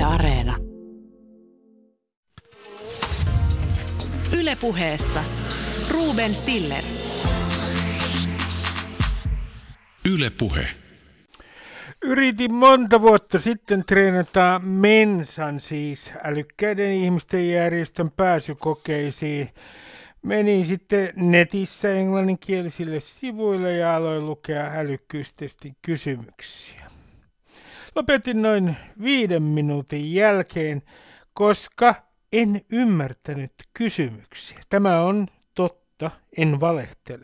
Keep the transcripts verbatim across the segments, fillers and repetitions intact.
Areena. Yle Puheessa Ruben Stiller. Yle Puhe. Yritin monta vuotta sitten treenata Mensan, siis älykkäiden ihmisten järjestön pääsykokeisiin. Menin sitten netissä englanninkielisille sivuille ja aloin lukea älykkyystestin kysymyksiä. Lopetin noin viiden minuutin jälkeen, koska en ymmärtänyt kysymyksiä. Tämä on totta, en valehtele.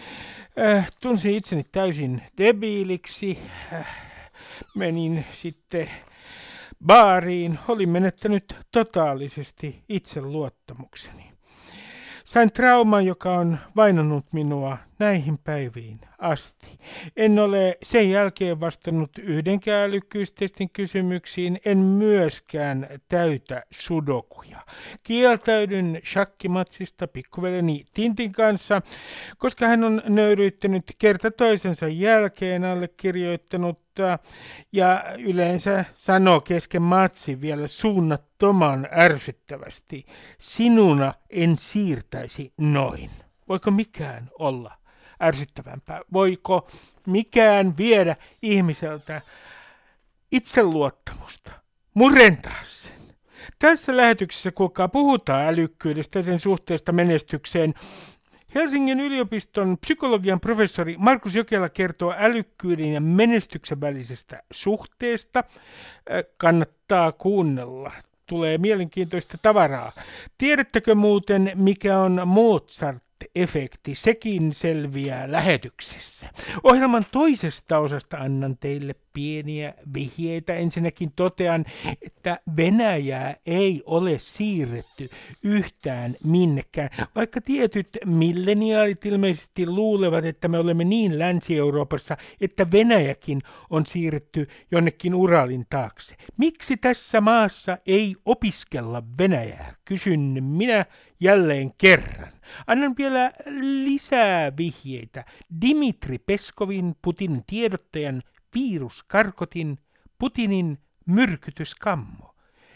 Äh, tunsin itseni täysin debiiliksi. Äh, menin sitten baariin. Olin menettänyt totaalisesti itseluottamukseni. Sain trauman, joka on vainonnut minua näihin päiviin asti. En ole sen jälkeen vastannut yhdenkään älykkyystestin kysymyksiin, en myöskään täytä sudokuja. Kieltäydyn shakkimatsista pikkuveleni Tintin kanssa, koska hän on nöyryyttänyt kerta toisensa jälkeen allekirjoittanutta ja yleensä sanoo kesken matsin vielä suunnattoman ärsyttävästi: sinuna en siirtäisi noin. Voiko mikään olla ärsyttävämpää? Voiko mikään viedä ihmiseltä itseluottamusta, murentaa sen? Tässä lähetyksessä, kuulkaa, puhutaan älykkyydestä ja sen suhteesta menestykseen. Helsingin yliopiston psykologian professori Markus Jokela kertoo älykkyyden ja menestyksen välisestä suhteesta. Kannattaa kuunnella. Tulee mielenkiintoista tavaraa. Tiedättekö muuten, mikä on Mozart-efekti? Sekin selviää lähetyksessä. Ohjelman toisesta osasta annan teille pieniä vihjeitä. Ensinnäkin totean, että Venäjää ei ole siirretty yhtään minnekään, vaikka tietyt milleniaalit ilmeisesti luulevat, että me olemme niin Länsi-Euroopassa, että Venäjäkin on siirretty jonnekin Uralin taakse. Miksi tässä maassa ei opiskella Venäjää? Kysyn minä jälleen kerran. Annan vielä lisää vihjeitä. Dimitri Peskovin, Putinin tiedottajan, viruskarkotin, Putinin myrkytyskammo.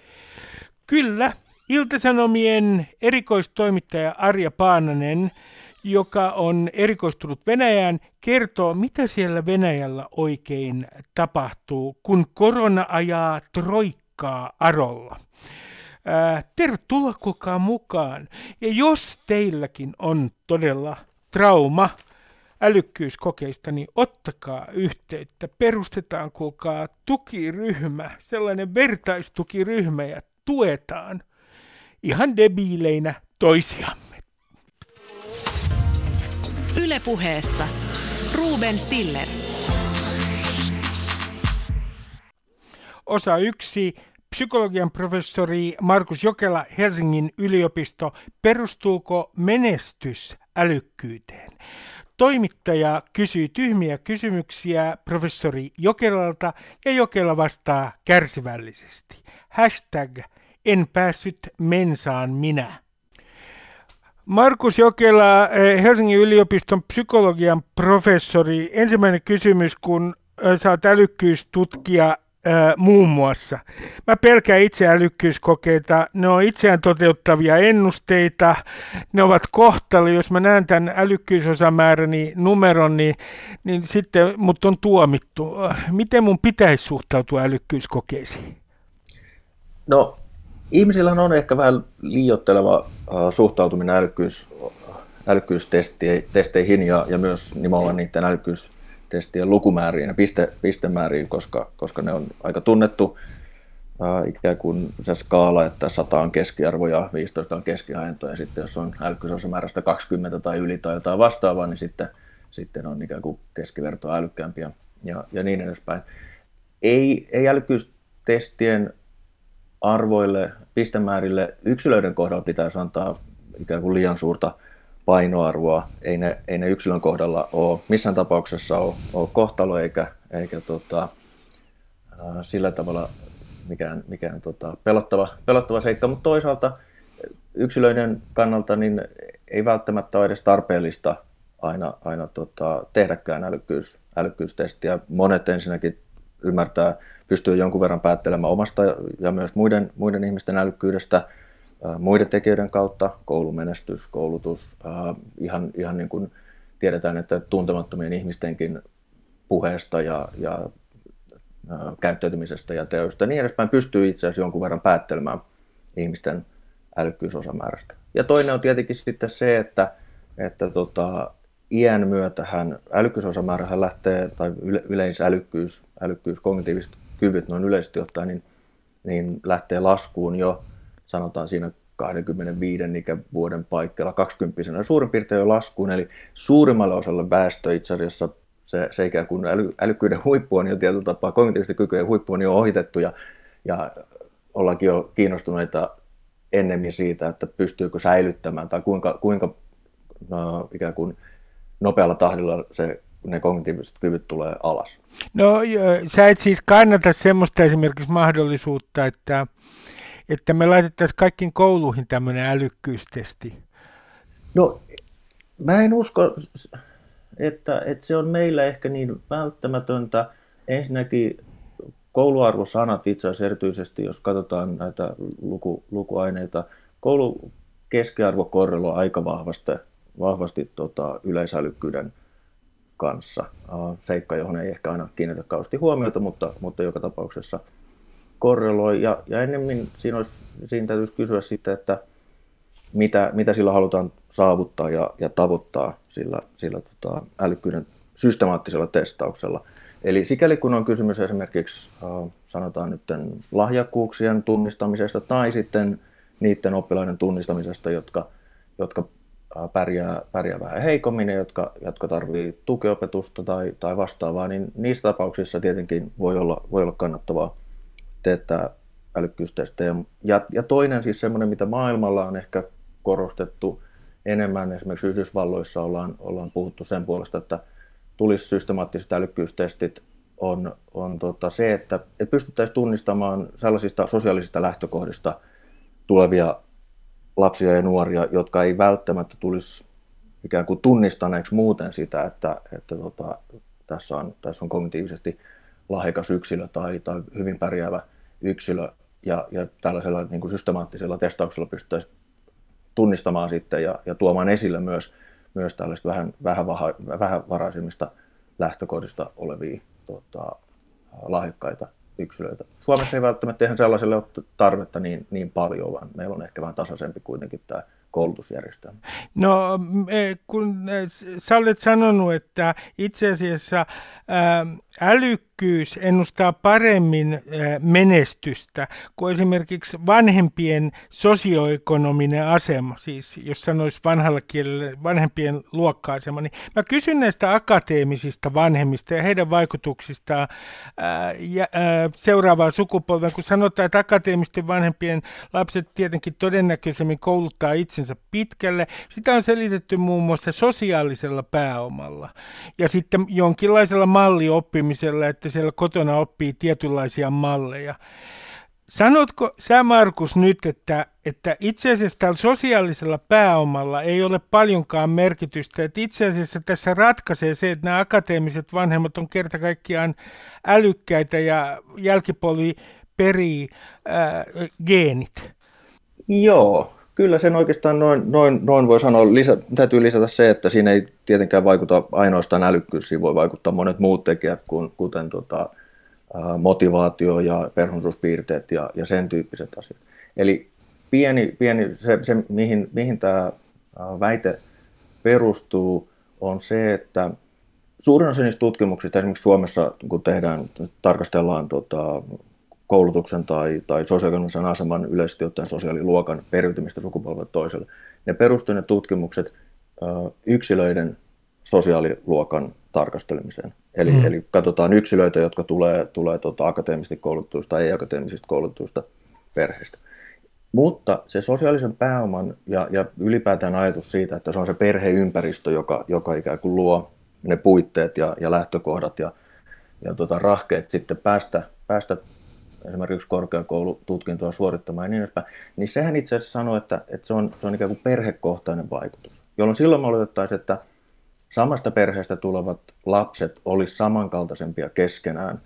Kyllä, Ilta-Sanomien erikoistoimittaja Arja Paananen, joka on erikoistunut Venäjään, kertoo, mitä siellä Venäjällä oikein tapahtuu, kun korona ajaa troikkaa arolla. Äh, tervetuloa kukaan mukaan. Ja jos teilläkin on todella trauma älykkyyskokeista, niin ottakaa yhteyttä. Perustetaan kuulkaa tukiryhmä, sellainen vertaistukiryhmä, ja tuetaan ihan debiileinä toisiamme. Yle Puheessa Ruben Stiller. Osa yksi. Psykologian professori Markus Jokela, Helsingin yliopisto. Perustuuko menestys älykkyyteen? Toimittaja kysyy tyhmiä kysymyksiä professori Jokelalta ja Jokela vastaa kärsivällisesti. Hashtag en päässyt mensaan minä. Markus Jokela, Helsingin yliopiston psykologian professori. Ensimmäinen kysymys, kun sä oot älykkyystutkija Ää, muun muassa. Mä pelkään itse älykkyyskokeita. Ne on itseään toteuttavia ennusteita. Ne ovat kohtalo. Jos mä näen tämän älykkyysosamääräni numeron, niin, niin sitten mut on tuomittu. Miten mun pitäisi suhtautua älykkyyskokeisiin? No, ihmisillä on ehkä vähän liioitteleva uh, suhtautuminen älykkyys, älykkyystesteihin ja, ja myös nimenomaan niiden älykkyysteistien lukumääriin ja piste, pistemääriin, koska, koska ne on aika tunnettu äh, ikään kuin se skaala, että sata on keskiarvo ja viisitoista on keskihäento, ja sitten jos on älykkyysosamäärästä kaksikymmentä tai yli tai jotain vastaavaa, niin sitten, sitten on ikään kuin keskivertoa älykkäämpiä ja, ja niin edespäin. Ei, ei älykkyystestien arvoille, pistemäärille yksilöiden kohdalla pitäisi antaa ikään kuin liian suurta painoarvoa. Ei ne, ei ne yksilön kohdalla ole missään tapauksessa ole, ole kohtalo eikä, eikä tota, ää, sillä tavalla mikään, mikään tota, pelottava, pelottava seikka, mutta toisaalta yksilöiden kannalta niin ei välttämättä ole edes tarpeellista aina, aina tota, tehdäkään älykkyys, älykkyystestiä. Monet ensinnäkin ymmärtää, pystyy jonkun verran päättelemään omasta ja myös muiden, muiden ihmisten älykkyydestä muiden tekijöiden kautta, koulumenestys, koulutus, ihan, ihan niin kuin tiedetään, että tuntemattomien ihmistenkin puheesta ja, ja käyttäytymisestä ja teoista ja niin edespäin pystyy itse asiassa jonkun verran päättelemään ihmisten älykkyysosamäärästä. Ja toinen on tietenkin sitten se, että, että tota, iän myötähän älykkyysosamäärähän lähtee, tai yleisälykkyys, älykkyys, kognitiiviset kyvyt noin yleisesti ottaen, niin, niin lähtee laskuun jo, sanotaan siinä kaksikymmentäviisi ikävuoden paikkeilla, kaksikymppisenä suurin piirtein jo laskuun, eli suurimmalle osalle väestö itse asiassa se, se ikään kuin äly, älykkyyden huippu on jo tietyllä tapaa, kognitiivisten kykyjen huippu on jo ohitettu, ja, ja ollaankin jo kiinnostuneita ennemmin siitä, että pystyykö säilyttämään, tai kuinka, kuinka no, ikään kuin nopealla tahdilla se, ne kognitiiviset kyvyt tulee alas. No sä et siis kannata semmoista esimerkiksi mahdollisuutta, että, että me laitettaisiin kaikkiin kouluihin tämmöinen älykkyystesti? No mä en usko, että, että se on meillä ehkä niin välttämätöntä. Ensinnäkin kouluarvosanat itse asiassa erityisesti, jos katsotaan näitä luku, lukuaineita, koulu keskiarvo korreloi aika vahvasti, vahvasti tota, yleisälykkyyden kanssa. Seikka, johon ei ehkä aina kiinnitä kauheasti huomiota, mutta, mutta joka tapauksessa korreloi. Ja, ja ennemmin siinä, olisi, siinä täytyisi kysyä sitten, että mitä, mitä sillä halutaan saavuttaa ja, ja tavoittaa sillä, sillä tota, älykkyyden systemaattisella testauksella. Eli sikäli kun on kysymys esimerkiksi sanotaan nyt lahjakkuuksien tunnistamisesta tai sitten niiden oppilaiden tunnistamisesta, jotka, jotka pärjää, pärjää vähän heikommin ja jotka, jotka tarvitsee tukiopetusta tai, tai vastaavaa, niin niissä tapauksissa tietenkin voi olla, voi olla kannattavaa teettää älykkyystestejä. Ja, ja toinen siis semmoinen, mitä maailmalla on ehkä korostettu enemmän, esimerkiksi Yhdysvalloissa ollaan, ollaan puhuttu sen puolesta, että tulisi systemaattiset älykkyystestit, on, on tota se, että, että pystyttäisiin tunnistamaan sellaisista sosiaalisista lähtökohdista tulevia lapsia ja nuoria, jotka ei välttämättä tulisi ikään kuin tunnistaneeksi muuten sitä, että, että tota, tässä, on, tässä on kognitiivisesti lahjakas yksilö tai, tai hyvin pärjäävä yksilö, ja, ja tällaisella niin kuin systemaattisella testauksella pystyttäisiin tunnistamaan sitten ja, ja tuomaan esille myös, myös tällaista vähän, vähän, vähän varaisimmista lähtökohdista olevia tota, lahjakkaita yksilöitä. Suomessa ei välttämättä ihan sellaiselle ole tarvetta niin, niin paljon, vaan meillä on ehkä vähän tasaisempi kuitenkin tämä koulutusjärjestelmä. No kun sä olet sanonut, että itse asiassa älykkyys ennustaa paremmin menestystä kuin esimerkiksi vanhempien sosioekonominen asema, siis jos sanoisi vanhalla kielellä vanhempien luokka-asema, niin mä kysyn näistä akateemisista vanhemmista ja heidän vaikutuksistaan seuraavaan sukupolveen, kun sanotaan, että akateemisten vanhempien lapset tietenkin todennäköisemmin kouluttaa itsensä pitkälle. Sitä on selitetty muun muassa sosiaalisella pääomalla ja sitten jonkinlaisella mallioppimisella, että siellä kotona oppii tietynlaisia malleja. Sanotko sä, Markus, nyt, että, että itse asiassa tällä sosiaalisella pääomalla ei ole paljonkaan merkitystä, että itse asiassa tässä ratkaisee se, että nämä akateemiset vanhemmat on kerta kaikkiaan älykkäitä ja jälkipolvi perii ää, geenit? Joo. Kyllä sen oikeastaan noin, noin, noin voi sanoa, lisä, täytyy lisätä se, että siinä ei tietenkään vaikuta ainoastaan älykkyys, siinä voi vaikuttaa monet muut tekijät, kuten tota, motivaatio ja persoonallisuuspiirteet ja, ja sen tyyppiset asiat. Eli pieni, pieni se, se mihin, mihin tämä väite perustuu, on se, että suurin osa niistä tutkimuksista, esimerkiksi Suomessa, kun tehdään, tarkastellaan tota, koulutuksen tai, tai sosioekonomisen aseman yleisesti ottaen sosiaaliluokan periytymistä sukupolvelta toiselle. Ne perustuvat ne tutkimukset ö, yksilöiden sosiaaliluokan tarkastelemiseen. Eli, mm. eli katsotaan yksilöitä, jotka tulee, tulee tuota, akateemisesti koulutuista tai ei-akateemisista koulutuista perheistä. Mutta se sosiaalisen pääoman ja, ja ylipäätään ajatus siitä, että se on se perheympäristö, joka, joka ikään kuin luo ne puitteet ja, ja lähtökohdat ja, ja tota, rahkeet sitten päästä, päästä esimerkiksi korkeakoulututkintoa suorittamaan ja niin edespäin, niin sehän itse asiassa sanoo, että, että se, on, se on ikään kuin perhekohtainen vaikutus, jolloin silloin me oletettaisiin, että samasta perheestä tulevat lapset olisivat samankaltaisempia keskenään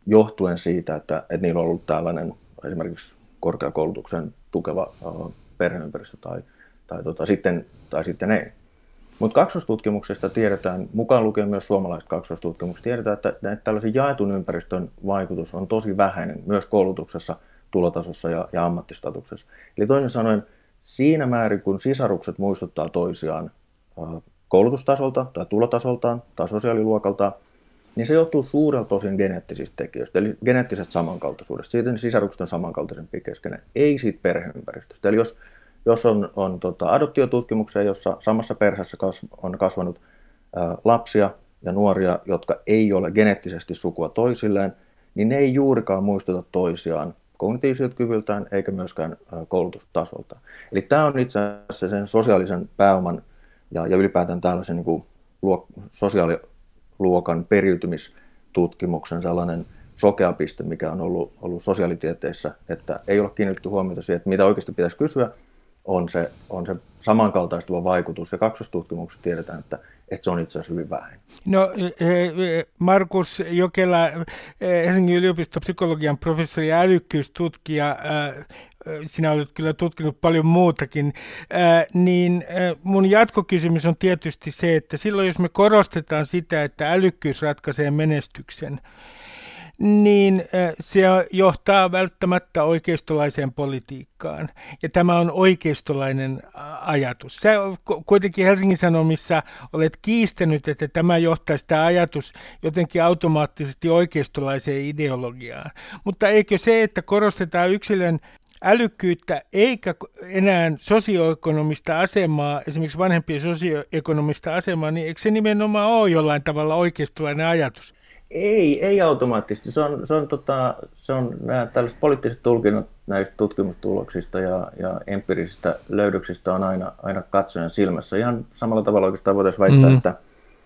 johtuen siitä, että, että niillä on ollut tällainen esimerkiksi korkeakoulutuksen tukeva uh, perheympäristö tai, tai, tota, sitten, tai sitten ei. Mutta kaksoistutkimuksesta tiedetään, mukaan lukien myös suomalaiset kaksoistutkimukset, tiedetään, että, että tällaisen jaetun ympäristön vaikutus on tosi vähäinen myös koulutuksessa, tulotasossa ja, ja ammattistatuksessa. Eli toisin sanoen, siinä määrin kun sisarukset muistuttaa toisiaan uh, koulutustasolta tai tulotasoltaan tai sosiaaliluokaltaan, niin se johtuu suurelta osin geneettisistä tekijöistä, eli geneettisestä samankaltaisuudesta. Siitä sisarukset on samankaltaisempia keskenään, ei siitä perheympäristöstä. Eli jos, jos on, on tota, adoptiotutkimuksia, jossa samassa perheessä kas, on kasvanut ää, lapsia ja nuoria, jotka ei ole geneettisesti sukua toisilleen, niin ne ei juurikaan muistuta toisiaan kognitiivisilta kyvyltään eikä myöskään ää, koulutustasolta. Eli tämä on itse asiassa sen sosiaalisen pääoman ja, ja ylipäätään tällaisen niin kuin, luok, sosiaali luokan periytymistutkimuksen sellainen sokeapiste, mikä on ollut, ollut sosiaalitieteissä, että ei ole kiinnitetty huomiota siihen, että mitä oikeasti pitäisi kysyä, on se, on se samankaltaistuva vaikutus. Ja kaksostutkimuksessa tiedetään, että, että se on itse asiassa hyvin vähän. No, Markus Jokela, Helsingin yliopiston psykologian professori ja älykkyystutkija, sinä olet kyllä tutkinut paljon muutakin, niin mun jatkokysymys on tietysti se, että silloin jos me korostetaan sitä, että älykkyys ratkaisee menestyksen, niin se johtaa välttämättä oikeistolaiseen politiikkaan. Ja tämä on oikeistolainen ajatus. Sä kuitenkin Helsingin Sanomissa olet kiistänyt, että tämä johtaisi tämä ajatus jotenkin automaattisesti oikeistolaiseen ideologiaan. Mutta eikö se, että korostetaan yksilön älykkyyttä eikä enää sosioekonomista asemaa, esimerkiksi vanhempien sosioekonomista asemaa, niin eikö se nimenomaan ole jollain tavalla oikeistolainen ajatus? Ei, ei automaattisesti. Se on, se on, tota, se on nämä tällaiset poliittiset tulkinnat näistä tutkimustuloksista ja, ja empiirisistä löydöksistä on aina, aina katsojan silmässä. Ihan samalla tavalla oikeastaan voitaisiin väittää, mm-hmm. että,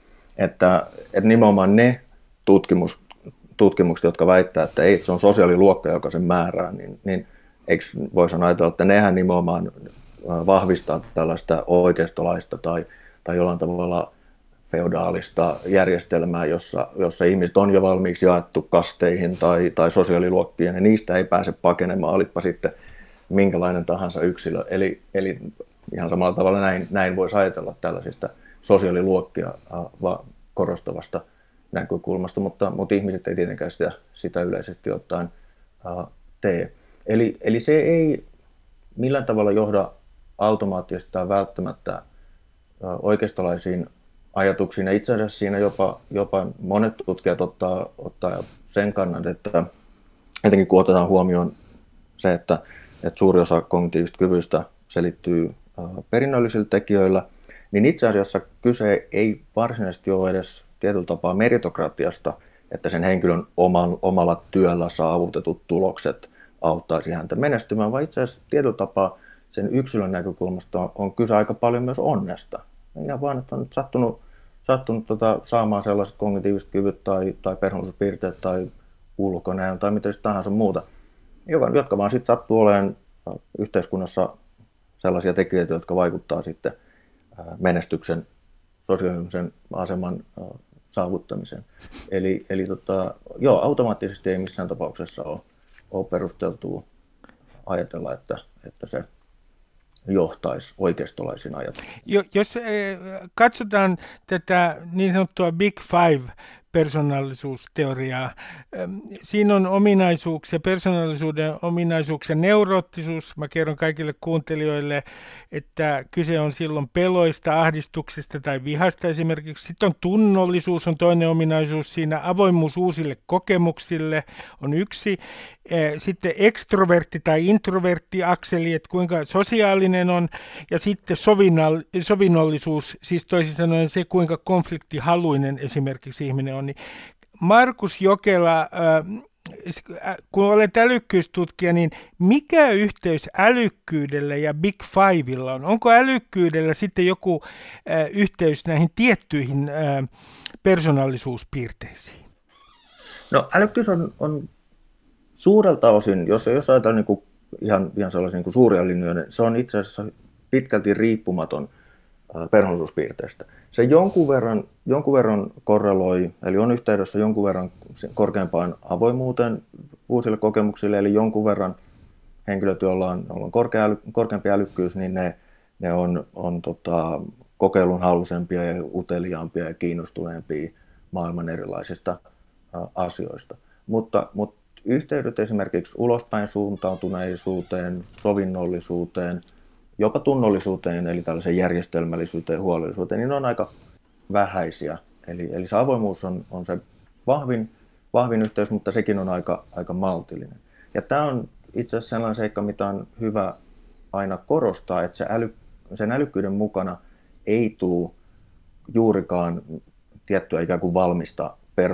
että, että nimenomaan ne tutkimus, tutkimukset, jotka väittää, että ei, se on sosiaaliluokka, joka sen määrää, niin, niin eikö voisi ajatella, että nehän nimenomaan vahvistaa tällaista oikeistolaista tai, tai jollain tavalla feodaalista järjestelmää, jossa, jossa ihmiset on jo valmiiksi jaettu kasteihin tai, tai sosiaaliluokkiin, ja niistä ei pääse pakenemaan, olipa sitten minkälainen tahansa yksilö. Eli, eli ihan samalla tavalla näin, näin voisi ajatella tällaisista sosiaaliluokkia äh, korostavasta näkökulmasta, mutta, mutta ihmiset ei tietenkään sitä, sitä yleisesti ottaen äh, tee. Eli, eli se ei millään tavalla johda automaattisesti tai välttämättä äh, oikeistolaisiin ajatuksiin. Ja itse asiassa siinä jopa, jopa monet tutkijat ottaa, ottaa sen kannan, että etenkin kun otetaan huomioon se, että, että suuri osa kognitiivisista kyvyistä selittyy perinnöllisillä tekijöillä, niin itse asiassa kyse ei varsinaisesti ole edes tietyllä tapaa meritokratiasta, että sen henkilön oman, omalla työllä saavutetut tulokset auttaisi häntä menestymään, vaan itse asiassa tietyllä tapaa sen yksilön näkökulmasta on kyse aika paljon myös onnesta. Ihan vaan, että on nyt sattunut, sattunut tota, saamaan sellaiset kognitiiviset kyvyt tai, tai persoonallisuuspiirteet tai ulkonäön tai mitä tahansa muuta, jotka vaan sitten sattuu olemaan yhteiskunnassa sellaisia tekijöitä, jotka vaikuttaa sitten menestyksen, sosiaalisen aseman saavuttamiseen. Eli, eli tota, joo, automaattisesti ei missään tapauksessa ole, ole perusteltua ajatella, että, että se johtaisi oikeistolaisiin ajatuksiin. Jos katsotaan tätä niin sanottua Big Five-persoonallisuusteoriaa, siinä on ominaisuuksia, persoonallisuuden ominaisuuksia, neuroottisuus. Mä kerron kaikille kuuntelijoille, että kyse on silloin peloista, ahdistuksesta tai vihasta esimerkiksi. Sitten on tunnollisuus, on toinen ominaisuus siinä, avoimuus uusille kokemuksille on yksi. Sitten ekstrovertti tai introvertti akseli, että kuinka sosiaalinen on, ja sitten sovinnollisuus, siis toisin sanoen se, kuinka konfliktihaluinen esimerkiksi ihminen on. Niin Markus Jokela, kun olet älykkyystutkija, niin mikä yhteys älykkyydellä ja Big Fivella on? Onko älykkyydellä sitten joku yhteys näihin tiettyihin persoonallisuuspiirteisiin? No älykkyys on, on suurelta osin, jos, jos ajatellaan niin kuin ihan, ihan sellaisia niin kuin suuria linjoja, niin se on itse asiassa pitkälti riippumaton persoonallisuuspiirteistä. Se jonkun verran, jonkun verran korreloi, eli on yhteydessä jonkun verran korkeampaan avoimuuteen uusille kokemuksille, eli jonkun verran henkilöt, joilla on, joilla on korkea, korkeampi älykkyys, niin ne, ne on, on tota, kokeilun halusempia ja uteliaampia ja kiinnostuneempia maailman erilaisista ä, asioista. Mutta, mutta yhteydet esimerkiksi ulospäin suuntautuneisuuteen, sovinnollisuuteen, jopa tunnollisuuteen, eli tällaiseen järjestelmällisyyteen ja huolellisuuteen, niin ne on aika vähäisiä. Eli, eli se avoimuus on, on se vahvin, vahvin yhteys, mutta sekin on aika, aika maltillinen. Ja tämä on itse asiassa sellainen seikka, mitä on hyvä aina korostaa, että se äly, sen älykkyyden mukana ei tule juurikaan tiettyä ikään kuin valmista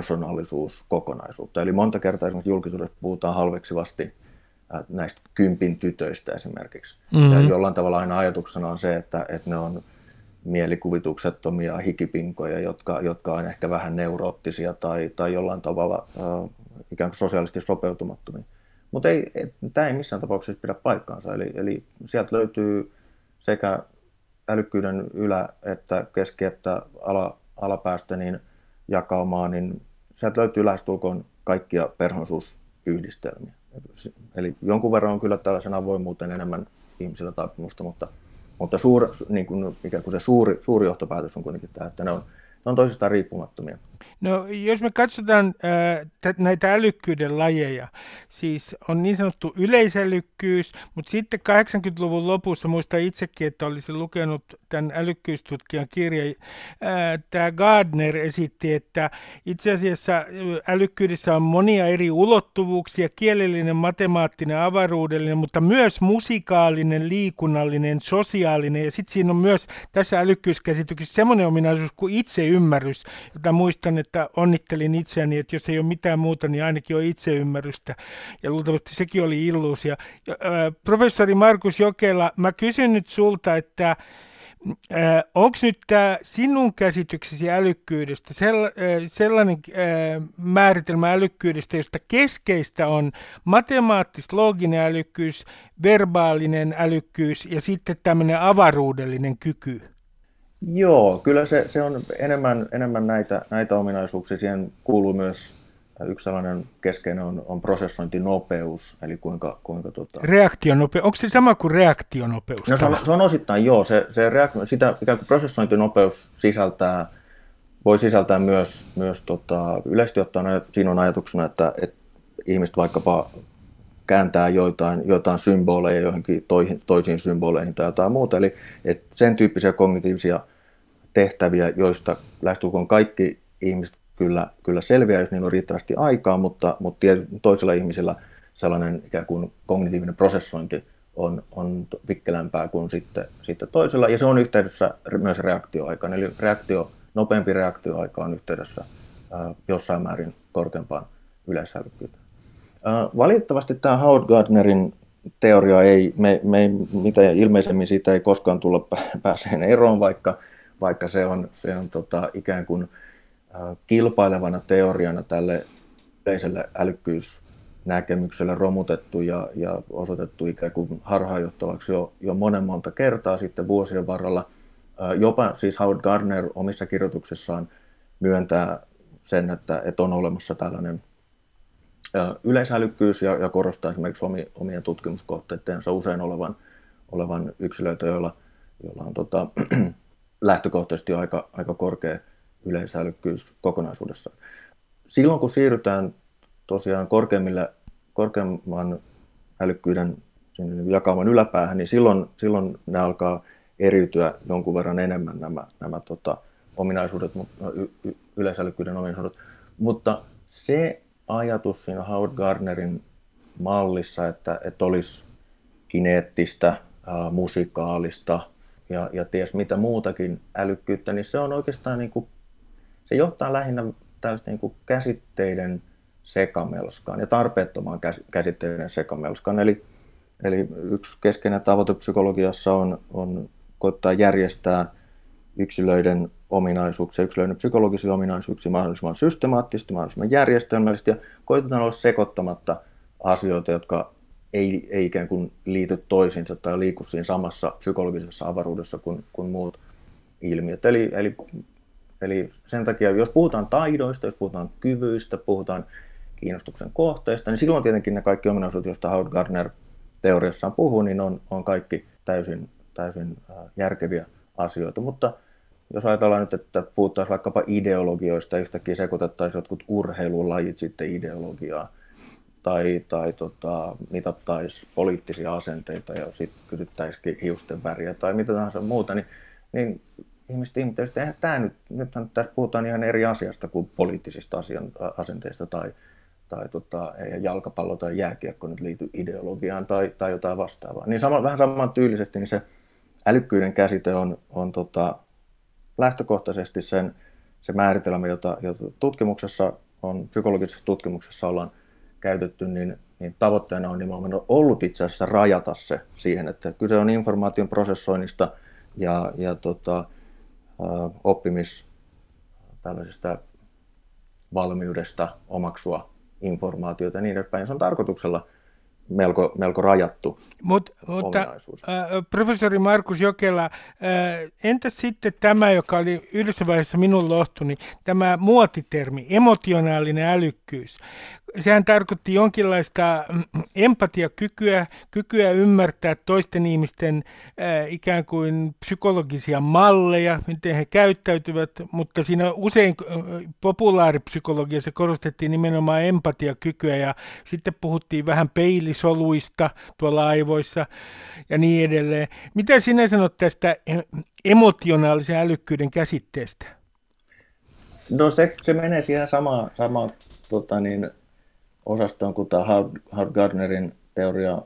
persoonallisuuskokonaisuutta. Eli monta kertaa esimerkiksi julkisuudessa puhutaan halveksivasti näistä kympin tytöistä esimerkiksi. Mm-hmm. Ja jollain tavalla aina ajatuksena on se, että, että ne on mielikuvituksettomia hikipinkoja, jotka, jotka on ehkä vähän neuroottisia tai, tai jollain tavalla äh, ikään kuin sosiaalisesti sopeutumattomia. Mutta ei, tämä ei missään tapauksessa pidä paikkaansa. Eli, eli sieltä löytyy sekä älykkyyden ylä- että keski- että ala, alapäästä niin jakaumaa, niin sieltä löytyy lähestulkoon kaikkia persoonallisuusyhdistelmiä. Eli jonkun verran on kyllä tällaisen avoimuuteen enemmän ihmisillä taipumusta, mutta, mutta suur, niin kuin, ikään kuin se suuri, suuri johtopäätös on kuitenkin tämä, että ne on, ne on toisistaan riippumattomia. No, jos me katsotaan äh, näitä älykkyyden lajeja, siis on niin sanottu yleisälykkyys, mutta sitten kahdeksankymmentäluvun lopussa, muistan itsekin, että olisin lukenut tämän älykkyystutkijan kirjan, äh, tämä Gardner esitti, että itse asiassa älykkyydessä on monia eri ulottuvuuksia, kielellinen, matemaattinen, avaruudellinen, mutta myös musikaalinen, liikunnallinen, sosiaalinen, ja sitten siinä on myös tässä älykkyyskäsityksessä semmoinen ominaisuus kuin itseymmärrys, jota muistan, että onnittelin itseäni, että jos ei ole mitään muuta, niin ainakin on itseymmärrystä. Ja luultavasti sekin oli illuusia. Ja, äh, professori Markus Jokela, mä kysyn nyt sulta, että äh, onko nyt tämä sinun käsityksesi älykkyydestä sella, äh, sellainen äh, määritelmä älykkyydestä, josta keskeistä on matemaattis-looginen älykkyys, verbaalinen älykkyys ja sitten tämmöinen avaruudellinen kyky? Joo, kyllä se, se on enemmän, enemmän näitä, näitä ominaisuuksia. Siihen kuuluu myös yksi sellainen keskeinen on, on prosessointinopeus, eli kuinka... kuinka tota... Reaktionopeus, onko se sama kuin reaktionopeus? No, se, on, se on osittain joo, se, se reaktio, sitä ikään kuin prosessointinopeus sisältää, voi sisältää myös, myös tota, yleisesti ottaen siinä on ajatuksena, että, että ihmiset vaikkapa kääntää joitain, joitain symboleja johonkin toihin, toisiin symboleihin tai jotain muuta. Eli että sen tyyppisiä kognitiivisia tehtäviä, joista lähestulkoon kaikki ihmiset kyllä, kyllä selviää, jos niillä on riittävästi aikaa, mutta, mutta toisilla ihmisillä sellainen ikään kuin kognitiivinen prosessointi on, on vikkelämpää kuin sitten, sitten toisilla. Ja se on yhteydessä myös reaktioaikaan. Eli reaktio, nopeampi reaktioaika on yhteydessä ää, jossain määrin korkeampaan yleisälykkyyteen. Valitettavasti tämä Howard Gardnerin teoria ei, me, me ei, mitä ilmeisemmin siitä ei koskaan tulla pääseen eroon, vaikka, vaikka se on, se on tota, ikään kuin äh, kilpailevana teoriana tälle yleiselle älykkyysnäkemykselle romutettu ja, ja osoitettu ikään kuin harhaanjohtavaksi jo, jo monen monta kertaa sitten vuosien varrella. Äh, jopa siis Howard Gardner omissa kirjoituksissaan myöntää sen, että, että on olemassa tällainen yleisälykkyys ja, ja korostaa esimerkiksi omi, omien tutkimuskohteidensa usein olevan, olevan yksilöitä, joilla, joilla on tota, lähtökohtaisesti aika, aika korkea yleisälykkyys kokonaisuudessaan. Silloin kun siirrytään tosiaan korkeammille, korkeamman älykkyyden jakauman yläpäähän, niin silloin, silloin ne alkaa eriytyä jonkun verran enemmän nämä, nämä tota, ominaisuudet, y, y, yleisälykkyyden ominaisuudet, mutta se ajatus siinä Howard Gardnerin mallissa, että, että olisi kineettistä, ää, musikaalista ja, ja ties mitä muutakin älykkyyttä, niin se on oikeastaan niin kuin, se johtaa lähinnä täysin niin kuin käsitteiden sekamelskaan ja tarpeettomaan käsitteiden sekamelskaan. Eli, eli yksi keskeinen tavoite psykologiassa on, on koittaa järjestää yksilöiden ominaisuuksia, yksilöiden psykologisia ominaisuuksia mahdollisimman systemaattisesti, mahdollisimman järjestelmällisesti ja koitetaan olla sekoittamatta asioita, jotka ei, ei ikään kuin liity toisiinsa tai liiku siinä samassa psykologisessa avaruudessa kuin, kuin muut, ilmiöt. Eli, eli, eli sen takia, jos puhutaan taidoista, jos puhutaan kyvyistä, puhutaan kiinnostuksen kohteista, niin silloin tietenkin ne kaikki ominaisuudet, joista Howard Gardner teoriassaan puhuu, niin on, on kaikki täysin, täysin järkeviä asioita. Mutta jos ajatellaan nyt, että puhuttaisiin vaikkapa ideologioista, yhtäkkiä sekoitettaisiin jotkut urheilulajit sitten ideologiaa, tai, tai tota, mitattaisiin poliittisia asenteita ja sitten kysyttäisiin hiusten väriä tai mitä tahansa muuta, niin, niin ihmiset ihmettelevät, että eihän tämä nyt, nythän tässä puhutaan ihan eri asiasta kuin poliittisista asian, asenteista tai, tai tota, ei jalkapallo tai jääkiekko nyt liity ideologiaan tai, tai jotain vastaavaa. Niin sama, vähän saman tyylisesti niin se älykkyyden käsite on, on tota, lähtökohtaisesti sen, se määritelmä, jota, jota tutkimuksessa on, psykologisessa tutkimuksessa ollaan käytetty, niin, niin tavoitteena on nimenomaan ollut itse asiassa rajata se siihen, että kyse on informaation prosessoinnista ja, ja tota, oppimis tällaisesta valmiudesta omaksua informaatiota ja niin edespäin. Se on tarkoituksella melko, melko rajattu Mut, mutta ominaisuus. Äh, professori Markus Jokela, äh, entäs sitten tämä, joka oli yhdessä vaiheessa minun lohtuni, tämä muotitermi, emotionaalinen älykkyys. Sehän tarkoitti jonkinlaista empatiakykyä, kykyä ymmärtää toisten ihmisten äh, ikään kuin psykologisia malleja, miten he käyttäytyvät, mutta siinä usein äh, populaaripsykologiassa korostettiin nimenomaan empatiakykyä ja sitten puhuttiin vähän peilisoluista tuolla aivoissa ja niin edelleen. Mitä sinä sanot tästä emotionaalisen älykkyyden käsitteestä? No se, se menee siihen samaan sama, tota niin, osastoon kuin tämä Howard Gardnerin teoria.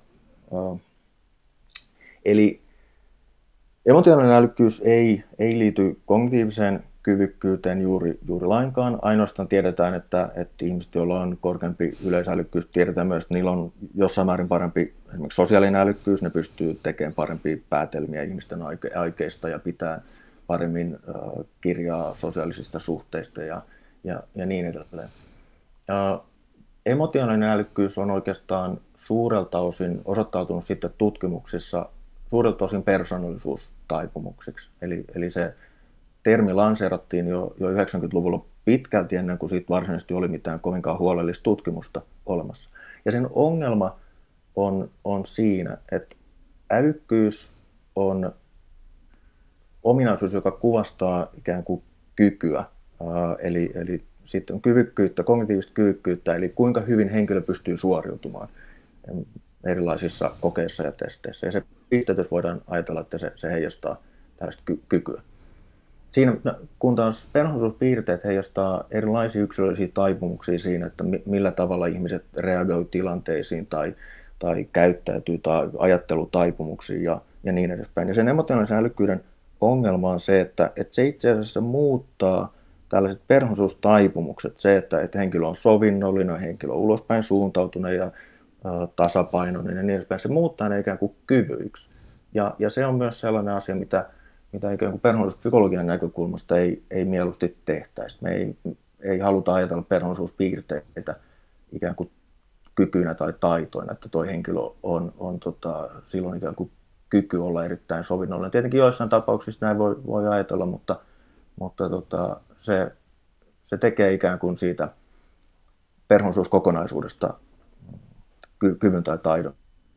Eli emotionaalinen älykkyys ei, ei liity kognitiiviseen kyvykkyyteen juuri, juuri lainkaan. Ainoastaan tiedetään, että, että ihmiset, joilla on korkeampi yleisälykkyys, tiedetään myös, että niillä on jossain määrin parempi esimerkiksi sosiaalinen älykkyys. Ne pystyy tekemään parempia päätelmiä ihmisten aikeista ja pitää paremmin uh, kirjaa sosiaalisista suhteista ja, ja, ja niin edelleen. Ja emotionaalinen älykkyys on oikeastaan suurelta osin osoittautunut sitten tutkimuksissa suurelta osin persoonallisuustaipumuksiksi. Eli, eli se termi lanseerattiin jo, jo yhdeksänkymmentäluvulla pitkälti ennen kuin siitä varsinaisesti oli mitään kovinkaan huolellista tutkimusta olemassa. Ja sen ongelma on, on siinä, että älykkyys on ominaisuus, joka kuvastaa ikään kuin kykyä, eli, eli sitten kyvykkyyttä, kognitiivista kyvykkyyttä, eli kuinka hyvin henkilö pystyy suoriutumaan erilaisissa kokeissa ja testeissä. Ja se pistetys voidaan ajatella, että se, se heijastaa tällaista ky- kykyä. Siinä, kun taas persoonallisuuspiirteet heijastaa erilaisia yksilöllisiä taipumuksia siinä, että millä tavalla ihmiset reagoivat tilanteisiin tai, tai käyttäytyy tai ajattelutaipumuksiin ja, ja niin edespäin. Ja sen emotionaalisen älykkyyden ongelma on se, että, että se itse asiassa muuttaa tällaiset persoonallisuustaipumukset, se, että, että henkilö on sovinnollinen, henkilö on ulospäin suuntautunut ja ä, tasapainoinen ja niin edespäin, se muuttaa ne ikään kuin kyvyiksi. Ja, ja se on myös sellainen asia, mitä mitä ikään kuin persoonallisuuspsykologian näkökulmasta ei, ei mieluusti tehtäisi. Me ei, ei haluta ajatella persoonallisuuspiirteitä ikään kuin kykynä tai taitoina, että tuo henkilö on, on tota, silloin ikään kuin kyky olla erittäin sovinnollinen. Tietenkin joissain tapauksissa näin voi, voi ajatella, mutta, mutta tota, se, se tekee ikään kuin siitä persoonallisuuskokonaisuudesta ky, kyvyn tai taidon.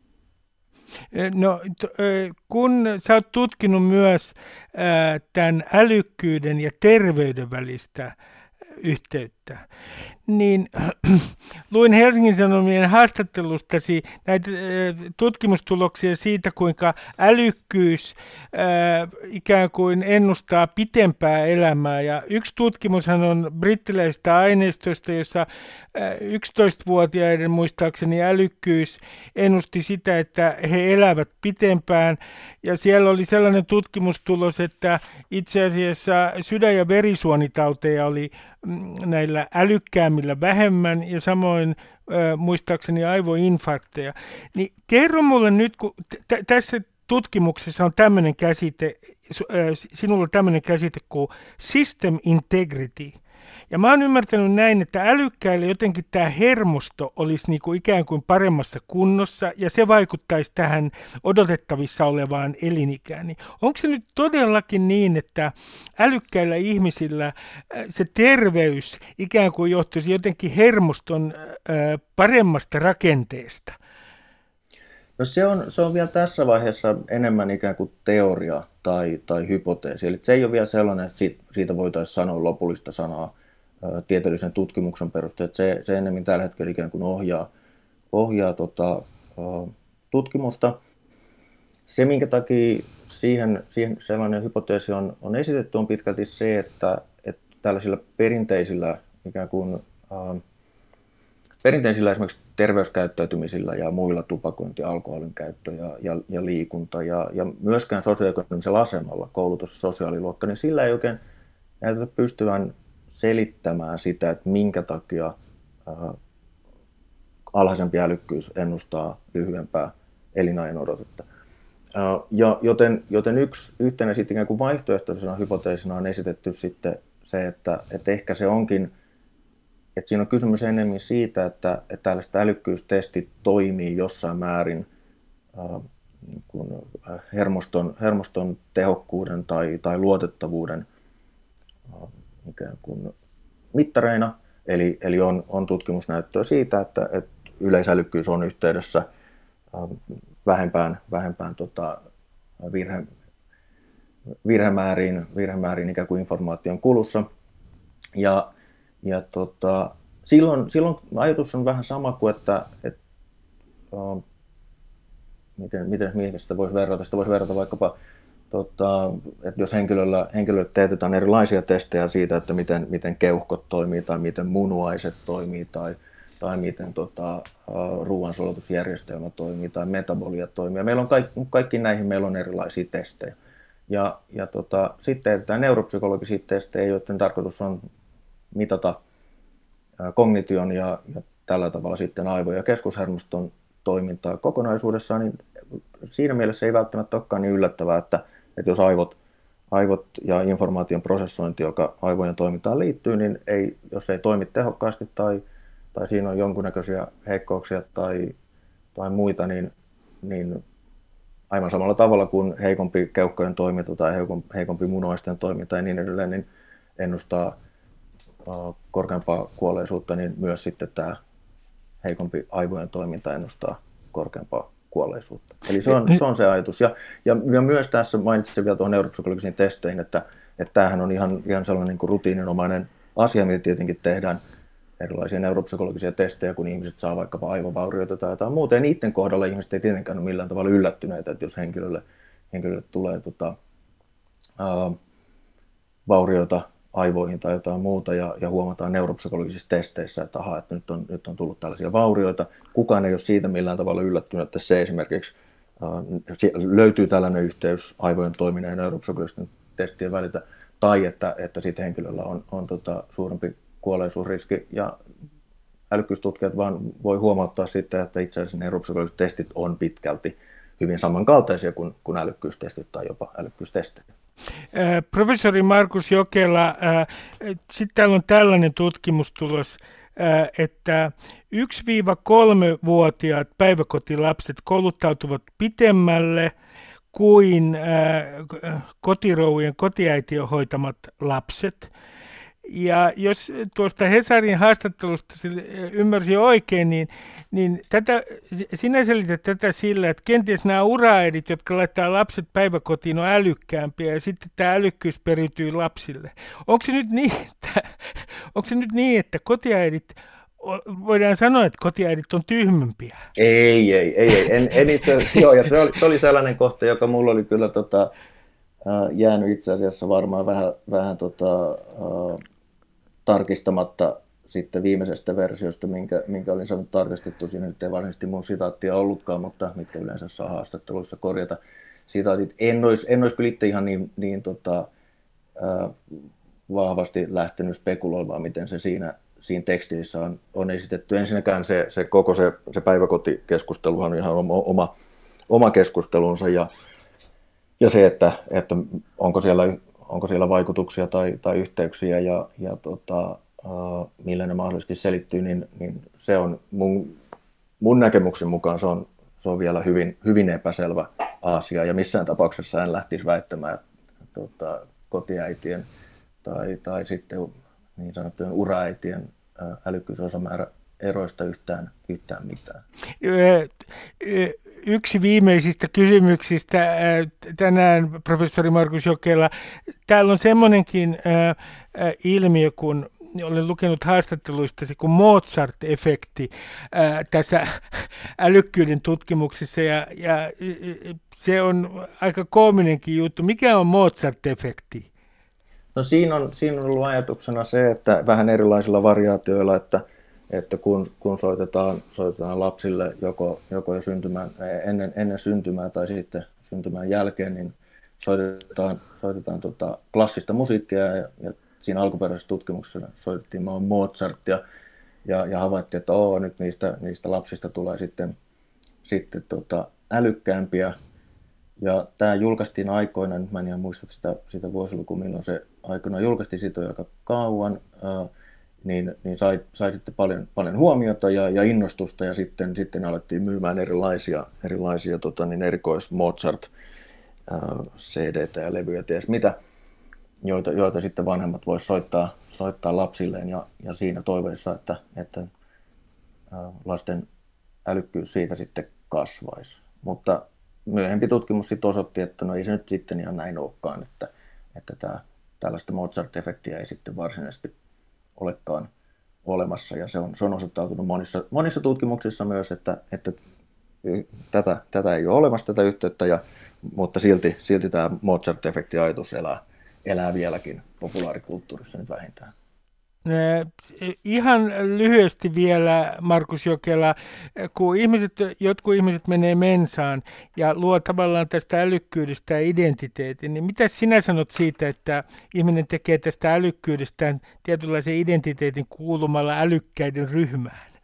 No, kun sä oot tutkinut myös tämän älykkyyden ja terveyden välistä yhteyttä, niin luin Helsingin Sanomien haastattelustasi näitä tutkimustuloksia siitä, kuinka älykkyys ikään kuin ennustaa pitempää elämää. Ja yksi tutkimushan on brittiläisestä aineistosta, jossa yksitoistavuotiaiden muistaakseni älykkyys ennusti sitä, että he elävät pitempään. Ja siellä oli sellainen tutkimustulos, että itse asiassa sydän- ja verisuonitauteja oli näillä älykkäämmillä vähemmän ja samoin äh, muistaakseni aivoinfarkteja. Niin kerro mulle nyt, kun t- tässä tutkimuksessa on tämmöinen käsite, äh, sinulla on tämmöinen käsite kuin system integrity. Ja mä oon ymmärtänyt näin, että älykkäille jotenkin tämä hermosto olisi niin kuin ikään kuin paremmassa kunnossa ja se vaikuttaisi tähän odotettavissa olevaan elinikään. Niin onko se nyt todellakin niin, että älykkäillä ihmisillä se terveys ikään kuin johtuisi jotenkin hermoston paremmasta rakenteesta? No se on, se on vielä tässä vaiheessa enemmän ikään kuin teoria tai, tai hypoteesi. Eli se ei ole vielä sellainen, että siitä, siitä voitaisiin sanoa lopullista sanaa ä, tieteellisen tutkimuksen perusteella. Se, se enemmän tällä hetkellä ikään kuin ohjaa, ohjaa tota, ä, tutkimusta. Se, minkä takia siihen, siihen sellainen hypoteesi on, on esitetty, on pitkälti se, että, että tällaisilla perinteisillä ikään kuin ä, Perinteisillä esimerkiksi terveyskäyttäytymisillä ja muilla tupakointi, alkoholin käyttö ja, ja, ja liikunta ja, ja myöskään sosioekonomisella asemalla, koulutus ja sosiaaliluokka, niin sillä ei oikein näytetä pystyvän selittämään sitä, että minkä takia ää, alhaisempi älykkyys ennustaa lyhyempää elinajan odotetta. Ää, ja joten, joten yksi yhtenä sitten ikään kuin vaihtoehtoisena hypoteesina on esitetty sitten se, että, että ehkä se onkin että siinä on kysymys enemmän siitä, että, että tällaiset älykkyystestit toimii jossain määrin äh, kun hermoston, hermoston tehokkuuden tai, tai luotettavuuden äh, ikään kuin mittareina. Eli, eli on, on tutkimusnäyttöä siitä, että, että yleisälykkyys on yhteydessä äh, vähempään, vähempään tota, virhe, virhemääriin, virhemääriin ikään kuin informaation kulussa. Ja Ja tota, silloin, silloin ajatus on vähän sama kuin, että, että uh, miten, miten mihin sitä voisi verrata. Sitä voisi verrata vaikkapa, tota, että jos henkilöllä, henkilölle teetetään erilaisia testejä siitä, että miten, miten keuhkot toimii tai miten munuaiset toimii tai, tai miten tota, uh, ruoansulatusjärjestelmä toimii tai metabolia toimii. Meillä on kaikki, kaikki näihin meillä on erilaisia testejä. Ja, ja tota, sitten teetetään neuropsykologisia testejä, joiden tarkoitus on mitata kognition ja, ja tällä tavalla sitten aivo- ja keskushermoston toimintaa kokonaisuudessaan, niin siinä mielessä ei välttämättä olekaan niin yllättävää, että, että jos aivot, aivot ja informaation prosessointi, joka aivojen toimintaan liittyy, niin ei, jos ei toimi tehokkaasti tai, tai siinä on jonkunnäköisiä heikkouksia tai, tai muita, niin, niin aivan samalla tavalla kuin heikompi keuhkojen toiminta tai heikompi munuaisten toiminta ja niin edelleen, niin ennustaa korkeampaa kuolleisuutta, niin myös sitten tämä heikompi aivojen toiminta ennustaa korkeampaa kuolleisuutta. Eli se on se, on se ajatus. Ja, ja, ja myös tässä mainitsin vielä tuohon neuropsykologisiin testeihin, että, että tämähän on ihan, ihan sellainen niin kuin rutiininomainen asia, mitä tietenkin tehdään erilaisia neuropsykologisia testejä, kun ihmiset saa vaikkapa aivovaurioita tai jotain muuta. Ja niiden kohdalla ihmiset ei tietenkään ole millään tavalla yllättyneitä, että jos henkilölle, henkilölle tulee tota, ää, vaurioita aivoihin tai jotain muuta ja, ja huomataan neuropsykologisissa testeissä, että, aha, että nyt, on, nyt on tullut tällaisia vaurioita. Kukaan ei ole siitä millään tavalla yllättynyt, että se esimerkiksi äh, löytyy tällainen yhteys aivojen toiminnan ja neuropsykologisten testien välillä, tai että, että sitten henkilöllä on, on tota, suurempi kuolleisuusriski. Ja älykkyystutkijat vaan voi huomauttaa sitten, että itse asiassa neuropsykologiset testit on pitkälti hyvin samankaltaisia kuin, kuin älykkyystestit tai jopa älykkyystestejä. Professori Markus Jokela, sitten täällä on tällainen tutkimustulos, että yksi-kolme-vuotiaat päiväkotilapset kouluttautuvat pitemmälle kuin kotirouvujen kotiäitien hoitamat lapset. Ja jos tuosta Hesarin haastattelusta ymmärsin oikein, niin, niin tätä, sinä selität tätä sillä, että kenties nämä uraäidit, jotka laittaa lapset päiväkotiin, on älykkäämpiä ja sitten tämä älykkyys periytyy lapsille. Onko se nyt niin, että, onko se nyt niin, että kotiäidit, voidaan sanoa, että kotiäidit on tyhmempiä? Ei, ei, ei, ei. En, en itse, joo, ja se oli, se oli sellainen kohta, joka mulla oli kyllä tota, jäänyt itse asiassa varmaan vähän, vähän tota, uh, tarkistamatta sitten viimeisestä versiosta, minkä, minkä olin saanut tarkistettu. Siinä nyt ei varsinaisesti mun sitaattia ollutkaan, mutta mitkä yleensä saa haastatteluissa korjata. Sitaatit. En olisi, en olisi kyllä itse ihan niin, niin tota, uh, vahvasti lähtenyt spekuloimaan, miten se siinä, siinä tekstissä on, on esitetty. Ensinnäkään se, se koko se, se päiväkotikeskusteluhan on ihan oma, oma keskustelunsa ja Ja se, että, että onko siellä onko siellä vaikutuksia tai, tai yhteyksiä ja, ja tota, uh, millä ne mahdollisesti selittyy, niin, niin se on mun, mun näkemyksen mukaan se on, se on vielä hyvin, hyvin epäselvä asia ja missään tapauksessa en lähtisi väittämään tota, kotiäitien tai, tai sitten niin sanottujen uraäitien uh, älykkyysosamäärä eroista yhtään, yhtään mitään. Yksi viimeisistä kysymyksistä tänään, professori Markus Jokela. Täällä on semmoinenkin ilmiö, kun olen lukenut haastatteluistasi, kuin Mozart-efekti tässä älykkyyden tutkimuksissa, ja, ja se on aika koominenkin juttu. Mikä on Mozart-efekti? No siinä on, siinä on ollut ajatuksena se, että vähän erilaisilla variaatioilla, että että kun, kun soitetaan, soitetaan lapsille joko, joko jo syntymään, ennen, ennen syntymää tai sitten syntymään jälkeen, niin soitetaan, soitetaan tota klassista musiikkia ja, ja siinä alkuperäisessä tutkimuksessa soitettiin Mozartia ja, ja havaittiin, että oo, nyt niistä, niistä lapsista tulee sitten, sitten tota älykkäämpiä. Ja tämä julkaistiin aikoina, nyt mä en ihan muista sitä, sitä vuosilukua, milloin se aikoinaan julkaistiin, siitä on aika kauan. niin, niin sai, sai sitten paljon, paljon huomiota ja, ja innostusta ja sitten, sitten alettiin myymään erilaisia, erilaisia tota, niin erikois Mozart C D:tä ja levyjä, ties mitä, joita, joita sitten vanhemmat voisivat soittaa, soittaa lapsilleen ja, ja siinä toiveessa, että, että lasten älykkyys siitä sitten kasvaisi. Mutta myöhempi tutkimus sitten osoitti, että no ei se nyt sitten ihan näin olekaan, että, että tämä, tällaista Mozart-efektiä ei sitten varsinaisesti olekaan olemassa, ja se on, se on osoittautunut monissa, monissa tutkimuksissa myös, että, että tätä, tätä ei ole olemassa, tätä yhteyttä, ja, mutta silti, silti tämä Mozart-efekti-ajatus elää, elää vieläkin populaarikulttuurissa nyt vähintään. Ihan lyhyesti vielä, Markus Jokela, kun ihmiset, jotkut ihmiset menee mensaan ja luo tavallaan tästä älykkyydestä identiteetin, niin mitä sinä sanot siitä, että ihminen tekee tästä älykkyydestään tietynlaisen identiteetin kuulumalla älykkäiden ryhmään?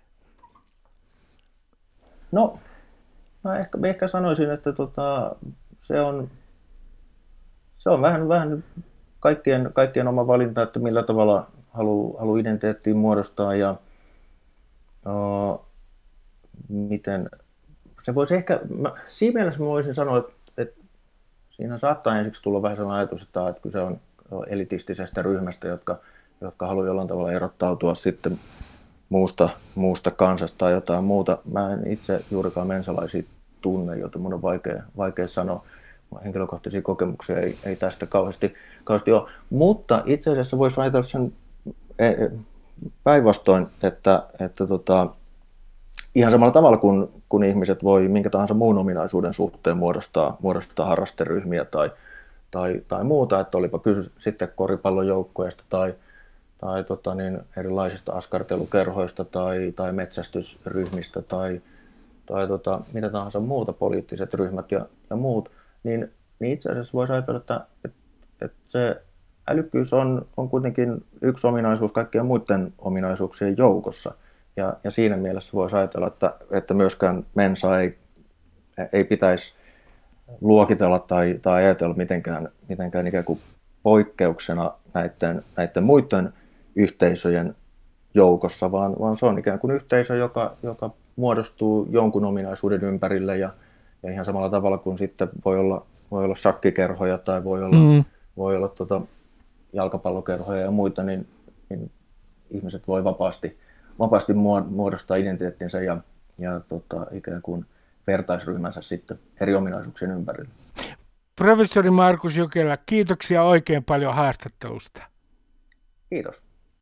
No, mä ehkä, ehkä sanoisin, että tota, se on, se on vähän, vähän kaikkien, kaikkien oma valinta, että millä tavalla haluaa halu identiteettiin muodostaa ja uh, miten se voisi ehkä, mä, siinä mielessä mä voisin sanoa, että, että siinä saattaa ensiksi tulla vähän sellainen ajatus, että, että kyse on elitistisestä ryhmästä, jotka, jotka haluaa jollain tavalla erottautua sitten muusta, muusta kansasta tai jotain muuta. Mä en itse juurikaan mensalaisia tunne, joten mun on vaikea, vaikea sanoa. Henkilökohtaisia kokemuksia ei, ei tästä kauheasti, kauheasti ole, mutta itse asiassa voisi ajatella sen päinvastoin, että, että tota, ihan samalla tavalla kuin kun ihmiset voi minkä tahansa muun ominaisuuden suhteen muodostaa, muodostaa harrasteryhmiä tai, tai, tai muuta, että olipa kysy sitten koripallojoukkueesta tai, tai tota niin, erilaisista askartelukerhoista tai, tai metsästysryhmistä tai, tai tota, mitä tahansa muuta, poliittiset ryhmät ja, ja muut, niin, niin itse asiassa voisi ajatella, että, että, että se älykkyys on, on kuitenkin yksi ominaisuus kaikkien muiden ominaisuuksien joukossa. Ja, ja siinä mielessä voisi ajatella, että, että myöskään mensaa ei, ei pitäisi luokitella tai, tai ajatella mitenkään, mitenkään ikään kuin poikkeuksena näiden, näiden muiden yhteisöjen joukossa, vaan, vaan se on ikään kuin yhteisö, joka, joka muodostuu jonkun ominaisuuden ympärille ja, ja ihan samalla tavalla kuin sitten voi olla, voi olla shakkikerhoja tai voi olla, mm. voi olla tota, jalkapallokerhoja ja muita, niin, niin ihmiset voi vapaasti, vapaasti muodostaa identiteettinsä ja, ja tota, ikään kuin vertaisryhmänsä sitten eri ominaisuuksien ympärillä. Professori Markus Jokela, kiitoksia oikein paljon haastattelusta. Kiitos.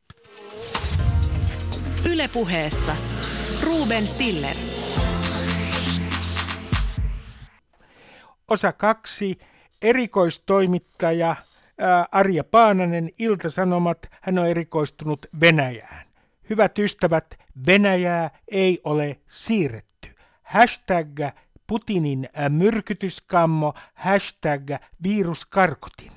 Yle Puheessa Ruben Stiller. Osa kaksi. Erikoistoimittaja ää, Arja Paananen, Ilta-Sanomat. Hän on erikoistunut Venäjään. Hyvät ystävät, Venäjää ei ole siirretty. Hashtag Putinin myrkytyskammo, hashtag viruskarkotin.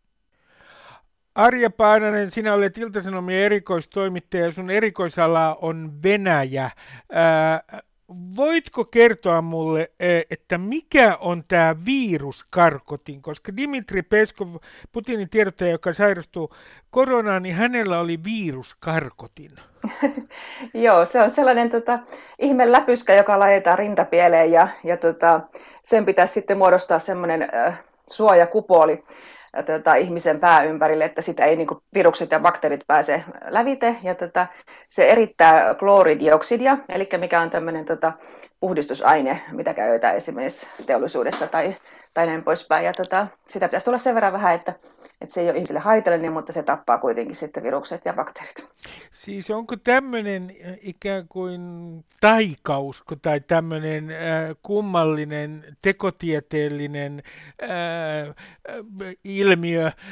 Arja Paananen, sinä olet Ilta-Sanomien erikoistoimittaja ja sun erikoisala on Venäjä. Ää, voitko kertoa mulle, että mikä on tämä viruskarkotin, koska Dmitri Peskov, Putinin tiedottaja, joka sairastuu koronaan, niin hänellä oli viruskarkotin. Joo, se on sellainen tota, ihme läpyskä, joka laitetaan rintapieleen ja, ja tota, sen pitäisi sitten muodostaa semmoinen äh, suojakupoli äh, tota, ihmisen pää ympärille, että sitä ei niin kuin, virukset ja bakteerit pääse lävite. Ja tota, se erittää klooridioksidia, eli mikä on tämmöinen tota, puhdistusaine, mitä käytetään esimerkiksi teollisuudessa tai, tai näin poispäin. Ja tota, sitä pitäisi tulla sen verran vähän, että, että se ei ole ihmisille haitallinen, mutta se tappaa kuitenkin sitten virukset ja bakteerit. Siis onko tämmöinen ikään kuin taikausko tai tämmöinen äh, kummallinen tekotieteellinen äh, ilmiö äh,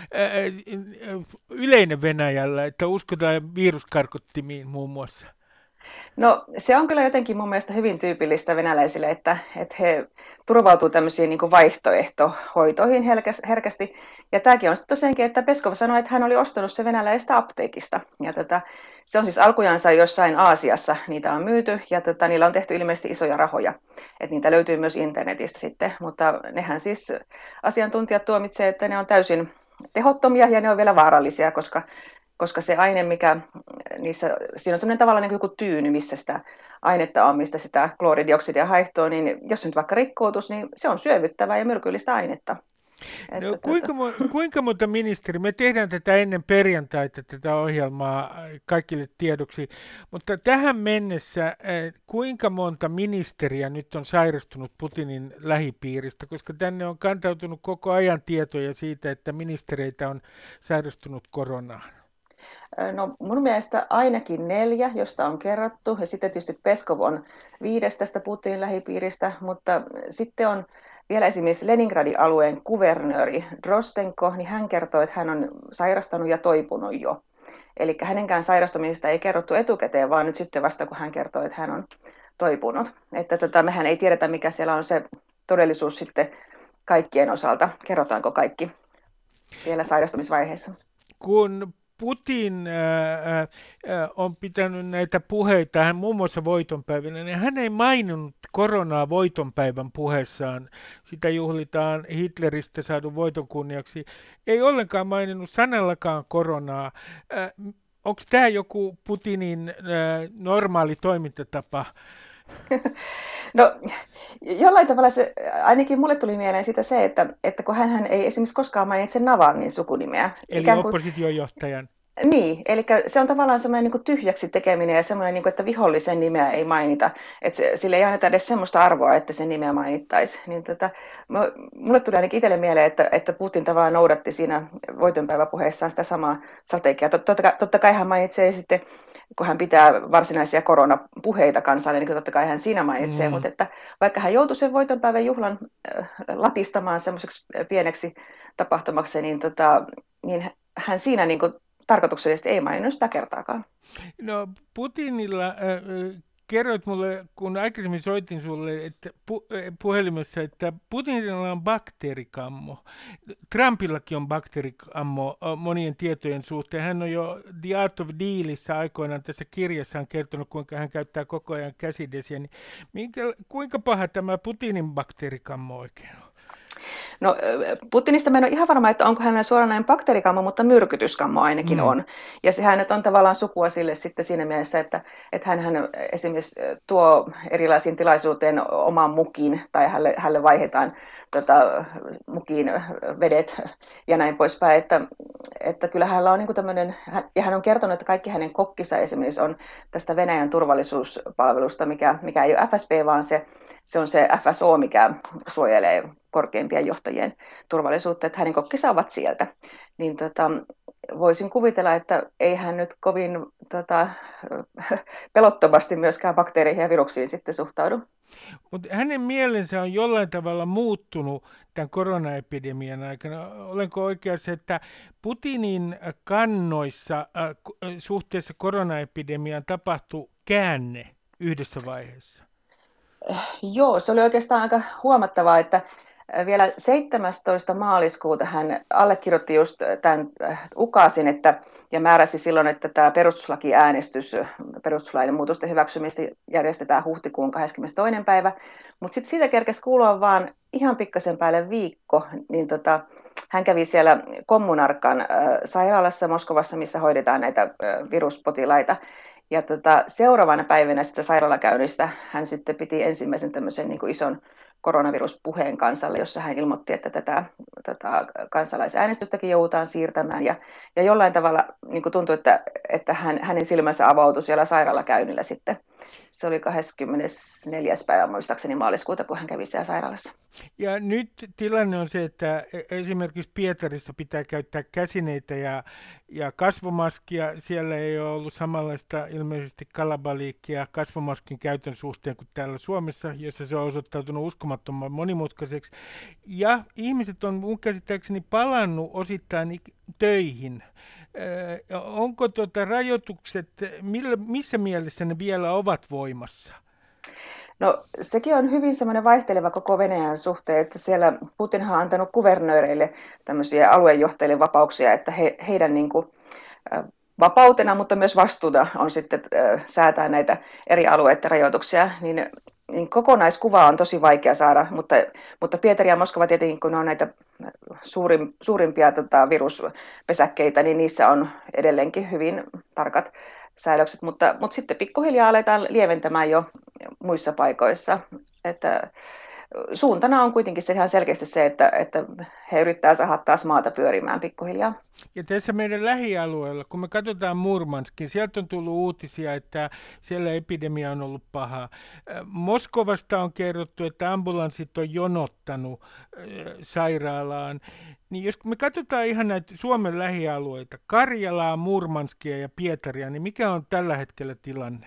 yleinen Venäjällä, että uskotaan viruskarkottimiin muun muassa? No se on kyllä jotenkin mun mielestä hyvin tyypillistä venäläisille, että, että he turvautuu tämmöisiin niin kuin vaihtoehtohoitoihin herkästi. Ja tämäkin on sitten tosiaankin, että Peskov sanoi, että hän oli ostanut se venäläisestä apteekista. Ja tota, se on siis alkujansa jossain Aasiassa, niitä on myyty ja tota, niillä on tehty ilmeisesti isoja rahoja. Että niitä löytyy myös internetistä sitten, mutta nehän siis asiantuntijat tuomitsee, että ne on täysin tehottomia ja ne on vielä vaarallisia, koska koska se aine, mikä niissä, siinä on sellainen tavallaan niin kuin joku tyyny, missä sitä ainetta on, mistä sitä klooridioksidia haihtoo, niin jos se nyt vaikka rikkoutus, niin se on syövyttävää ja myrkyllistä ainetta. No, kuinka, mu- kuinka monta ministeri, me tehdään tätä ennen perjantaita, tätä ohjelmaa kaikille tiedoksi, mutta tähän mennessä kuinka monta ministeriä nyt on sairastunut Putinin lähipiiristä, koska tänne on kantautunut koko ajan tietoja siitä, että ministereitä on sairastunut koronaan? No mun mielestä ainakin neljä, josta on kerrottu, ja sitten tietysti Peskov on viides tästä Putinin lähipiiristä, mutta sitten on vielä esimerkiksi Leningradin alueen kuvernööri Drostenko, niin hän kertoo, että hän on sairastanut ja toipunut jo. Eli hänenkään sairastumisesta ei kerrottu etukäteen, vaan nyt sitten vasta kun hän kertoo, että hän on toipunut. Että tota, mehän ei tiedetä, mikä siellä on se todellisuus sitten kaikkien osalta. Kerrotaanko kaikki vielä sairastumisvaiheessa? Kun Putin ää, ää, on pitänyt näitä puheita, hän muun muassa voitonpäivänä, niin hän ei maininnut koronaa voitonpäivän puheessaan. Sitä juhlitaan Hitleristä saadun voiton kunniaksi. Ei ollenkaan maininnut sanallakaan koronaa. Onko tämä joku Putinin ää, normaali toimintatapa? No jollain tavalla se, ainakin mulle tuli mieleen sitä se, että, että kun hän ei esimerkiksi koskaan mainitse Navalnin sukunimeä. Eli ikään kuin oppositiojohtajan. Niin, eli se on tavallaan semmoinen niin kuin tyhjäksi tekeminen ja semmoinen, niin kuin, että vihollisen nimeä ei mainita. Että se, sille ei anneta edes semmoista arvoa, että sen nimeä mainittaisi. Niin tota, mulle tuli ainakin itselle mieleen, että, että Putin tavallaan noudatti siinä voitonpäiväpuheessaan sitä samaa strategiaa. Totta, totta kai hän mainitsee sitten, kun hän pitää varsinaisia koronapuheita kansalle, niin totta kai hän siinä mainitsee. Mm. Mutta että vaikka hän joutui sen voitonpäivän juhlan äh, latistamaan semmoiseksi pieneksi tapahtumaksi, niin, tota, niin hän siinä niin kuin tarkoituksellisesti ei maininnut sitä kertaakaan. No Putinilla, äh, kerroit mulle, kun aikaisemmin soitin sulle että pu, äh, puhelimessa, että Putinilla on bakteerikammo. Trumpillakin on bakteerikammo äh, monien tietojen suhteen. Hän on jo The Art of Dealissa aikoinaan tässä kirjassaan kertonut, kuinka hän käyttää koko ajan käsidesiä. Niin minkä, kuinka paha tämä Putinin bakteerikammo oikein on? No Putinista mä en ole ihan varma, että onko hänellä suoranainen bakteerikammo, mutta myrkytyskammo ainakin mm. on. Ja se hänet on tavallaan sukua sille sitten siinä mielessä, että, että hän, hän esimerkiksi tuo erilaisiin tilaisuuteen oman mukin tai hänelle, hänelle vaihdetaan tota, mukiin vedet ja näin poispäin. Että, että kyllä hänellä on niin kuin tämmöinen, ja hän on kertonut, että kaikki hänen kokkinsa esimerkiksi on tästä Venäjän turvallisuuspalvelusta, mikä, mikä ei ole F S B, vaan se, se on se F S O, mikä suojelee korkeimpien johtajien turvallisuutta, että hänen kokkinsa ovat sieltä. Niin tota, voisin kuvitella, että ei hän nyt kovin tota, pelottomasti myöskään bakteereihin ja viruksiin sitten suhtaudu. Mutta hänen mielensä on jollain tavalla muuttunut tämän koronaepidemian aikana. Olenko oikeassa, että Putinin kannoissa äh, suhteessa koronaepidemiaan tapahtui käänne yhdessä vaiheessa? Joo, se oli oikeastaan aika huomattavaa, että vielä seitsemästoista maaliskuuta hän allekirjoitti just tämän ukaasin, että, ja määräsi silloin, että tämä perustuslakiäänestys, perustuslain muutosten hyväksymistä järjestetään huhtikuun kahdeskymmenestoinen päivä, mutta sitten siitä kerkesi kuulua vaan ihan pikkasen päälle viikko, niin tota, hän kävi siellä Kommunarkan äh, sairaalassa Moskovassa, missä hoidetaan näitä äh, viruspotilaita. Ja tota, seuraavana päivänä sitä sairaalakäynnistä hän sitten piti ensimmäisen tämmöisen niin kuin ison koronaviruspuheen kansalle, jossa hän ilmoitti, että tätä, tätä kansalaisäänestystäkin joudutaan siirtämään. Ja, ja jollain tavalla niin kuin tuntui, että, että hän, hänen silmänsä avautui siellä sairaalakäynnillä sitten. Se oli kahdeskymmenesneljäs päivä muistaakseni maaliskuuta, kun hän kävi siellä sairaalassa. Ja nyt tilanne on se, että esimerkiksi Pietarissa pitää käyttää käsineitä ja, ja kasvomaskia. Siellä ei ole ollut samanlaista ilmeisesti kalabaliikkia kasvomaskin käytön suhteen kuin täällä Suomessa, jossa se on osoittautunut uskomattoman monimutkaiseksi. Ja ihmiset on mun käsittääkseni palannut osittain töihin. Onko tuota rajoitukset, millä, missä mielessä ne vielä ovat voimassa? No sekin on hyvin semmoinen vaihteleva koko Venäjän suhteen, että siellä Putinhan on antanut kuvernööreille tämmöisiä aluejohtajille vapauksia, että he, heidän niin kuin, vapautena, mutta myös vastuuta on sitten säätää näitä eri alueiden rajoituksia, niin, niin kokonaiskuva on tosi vaikea saada, mutta, mutta Pietari ja Moskova tietenkin, kun ne on näitä suurin, suurimpia tota, viruspesäkkeitä, niin niissä on edelleenkin hyvin tarkat säädökset, mutta, mutta sitten pikkuhiljaa aletaan lieventämään jo muissa paikoissa. Että suuntana on kuitenkin se ihan selkeästi se, että, että he yrittävät saada taas maata pyörimään pikkuhiljaa. Ja tässä meidän lähialueella, kun me katsotaan Murmanskin, sieltä on tullut uutisia, että siellä epidemia on ollut paha. Moskovasta on kerrottu, että ambulanssit on jonottanut sairaalaan. Niin jos me katsotaan ihan näitä Suomen lähialueita, Karjalaa, Murmanskia ja Pietaria, niin mikä on tällä hetkellä tilanne?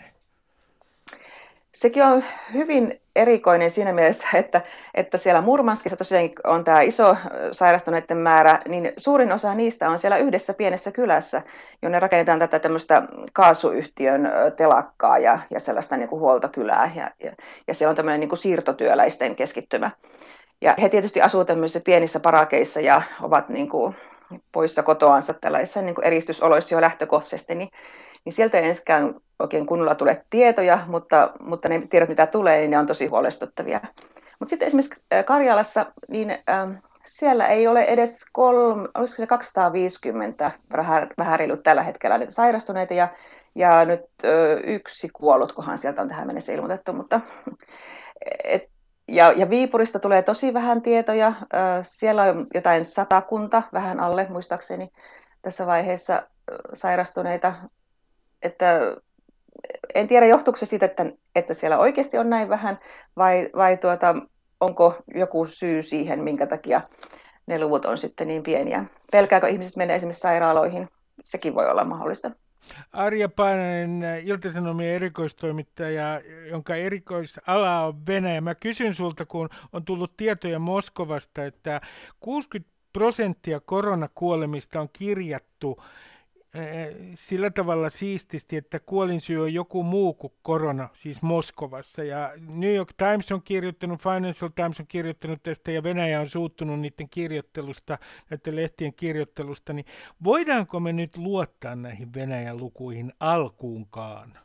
Sekin on hyvin erikoinen siinä mielessä, että, että siellä Murmanskissa tosiaan on tämä iso sairastuneiden määrä, niin suurin osa niistä on siellä yhdessä pienessä kylässä, jonne rakennetaan tätä tämmöistä kaasuyhtiön telakkaa ja, ja sellaista niin kuin huoltokylää, ja, ja, ja siellä on tämmöinen niin kuin siirtotyöläisten keskittymä. Ja he tietysti asuu tämmöisissä pienissä parakeissa ja ovat niin kuin poissa kotoansa tällaisissa niin kuin eristysoloissa jo lähtökohtaisesti, niin niin sieltä ei ensikään oikein kunnolla tule tietoja, mutta, mutta ne tiedot, mitä tulee, niin ne on tosi huolestuttavia. Mutta sitten esimerkiksi Karjalassa, niin ähm, siellä ei ole edes kolme, olisiko se kaksisataaviisikymmentä vähän, vähän reilut tällä hetkellä niitä sairastuneita, ja, ja nyt ö, yksi kuollut, kunhan sieltä on tähän mennessä ilmoitettu. Mutta, et, ja, ja Viipurista tulee tosi vähän tietoja, ö, siellä on jotain satakunta, vähän alle muistaakseni tässä vaiheessa ö, sairastuneita. Että en tiedä, johtuuko se siitä, että, että siellä oikeasti on näin vähän, vai, vai tuota, onko joku syy siihen, minkä takia ne luvut on sitten niin pieniä. Pelkääkö ihmiset mennä esimerkiksi sairaaloihin? Sekin voi olla mahdollista. Arja Paananen, Ilta-Sanomien erikoistoimittaja, jonka erikoisala on Venäjä. Mä kysyn sulta, kun on tullut tietoja Moskovasta, että kuusikymmentä prosenttia koronakuolemista on kirjattu sillä tavalla siististi, että kuolinsyy on joku muu kuin korona, siis Moskovassa. Ja New York Times on kirjoittanut, Financial Times on kirjoittanut tästä, ja Venäjä on suuttunut niiden kirjoittelusta, näiden lehtien kirjoittelusta. Niin voidaanko me nyt luottaa näihin Venäjän lukuihin alkuunkaan?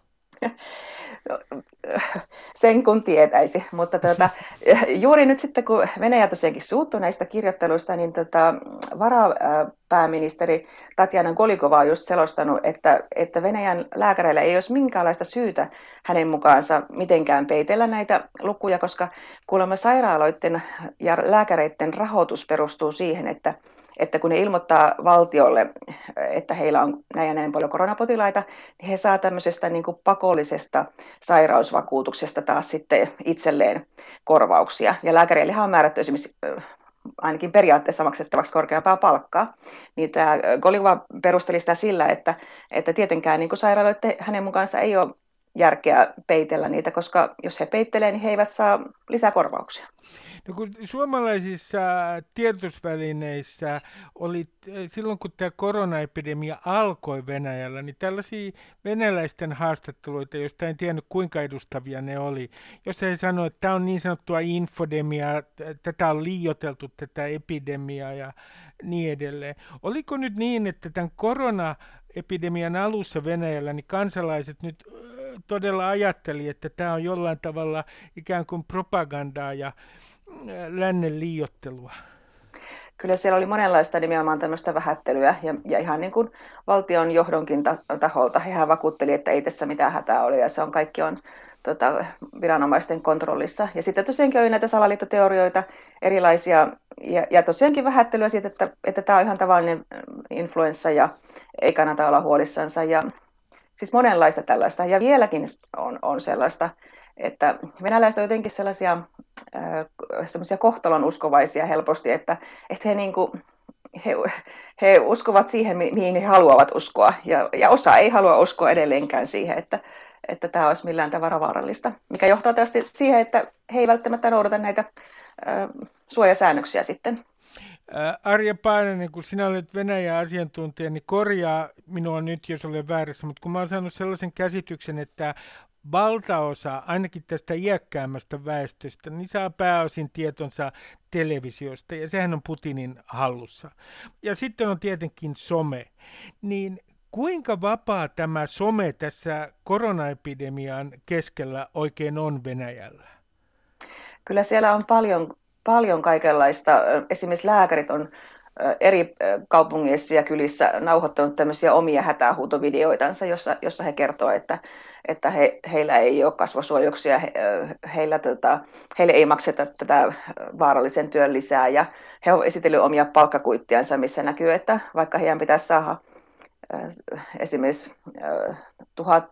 Sen kun tietäisi, mutta tuota, juuri nyt sitten kun Venäjä tosiaankin suuttui näistä kirjoitteluista, niin tuota, varapääministeri Tatjana Golikova on just selostanut, että, että Venäjän lääkäreillä ei olisi minkäänlaista syytä hänen mukaansa mitenkään peitellä näitä lukuja, koska kuulemma sairaaloiden ja lääkäreiden rahoitus perustuu siihen, että että kun ne ilmoittaa valtiolle, että heillä on näin ja näin paljon koronapotilaita, niin he saa tämmöisestä niin kuin pakollisesta sairausvakuutuksesta taas sitten itselleen korvauksia. Ja lääkäreillehän on määrätty esimerkiksi ainakin periaatteessa maksettavaksi korkeampaa palkkaa. Niin tämä Goliva perusteli sitä sillä, että, että tietenkään niin kuin sairaaloiden hänen mukaansa ei ole järkeä peitellä niitä, koska jos he peittelee, niin he eivät saa lisää korvauksia. No kun suomalaisissa tiedotusvälineissä oli silloin, kun tämä koronaepidemia alkoi Venäjällä, niin tällaisia venäläisten haastatteluita, joista en tiennyt kuinka edustavia ne oli, jos he sanoivat, että tämä on niin sanottua infodemiaa, tätä on liioiteltu, tätä epidemiaa ja niin edelleen. Oliko nyt niin, että tämän koronaepidemian alussa Venäjällä niin kansalaiset nyt todella ajatteli, että tämä on jollain tavalla ikään kuin propagandaa ja lännen liioittelua? Kyllä siellä oli monenlaista nimenomaan tämmöistä vähättelyä ja, ja ihan niin kuin valtion johdonkin taholta. Hehän vakuutteli, että ei tässä mitään hätää ole ja se on kaikki on tota, viranomaisten kontrollissa. Ja sitten tosiaankin oli näitä salaliittoteorioita erilaisia ja, ja tosiaankin vähättelyä siitä, että, että tämä on ihan tavallinen influenssa ja ei kannata olla huolissansa. Ja, siis monenlaista tällaista ja vieläkin on, on sellaista, että venäläiset on jotenkin sellaisia semmoisia kohtalon uskovaisia helposti, että, että he, niin kuin, he, he uskovat siihen, mihin he haluavat uskoa, ja, ja osa ei halua uskoa edelleenkään siihen, että, että tämä olisi millään tavalla vaarallista, mikä johtaa tietysti siihen, että he ei välttämättä noudata näitä äh, suojasäännöksiä sitten. Arja Paananen, kun sinä olet Venäjän asiantuntija, niin korjaa minua nyt, jos olen väärässä, mutta kun mä olen saanut sellaisen käsityksen, että valtaosa, ainakin tästä iäkkäämmästä väestöstä, niin saa pääosin tietonsa televisiosta, ja sehän on Putinin hallussa. Ja sitten on tietenkin some. Niin kuinka vapaa tämä some tässä koronaepidemian keskellä oikein on Venäjällä? Kyllä siellä on paljon, paljon kaikenlaista. Esimerkiksi lääkärit on eri kaupungeissa ja kylissä nauhoittanut tämmöisiä omia hätähuutovideoitansa, jossa, jossa he kertovat, että, että he, heillä ei ole kasvosuojuksia, he, heillä, tota, heille ei makseta tätä vaarallisen työn lisää, ja he ovat esitelleet omia palkkakuittiansa, missä näkyy, että vaikka heidän pitäisi saada äh, esimerkiksi äh, tuhat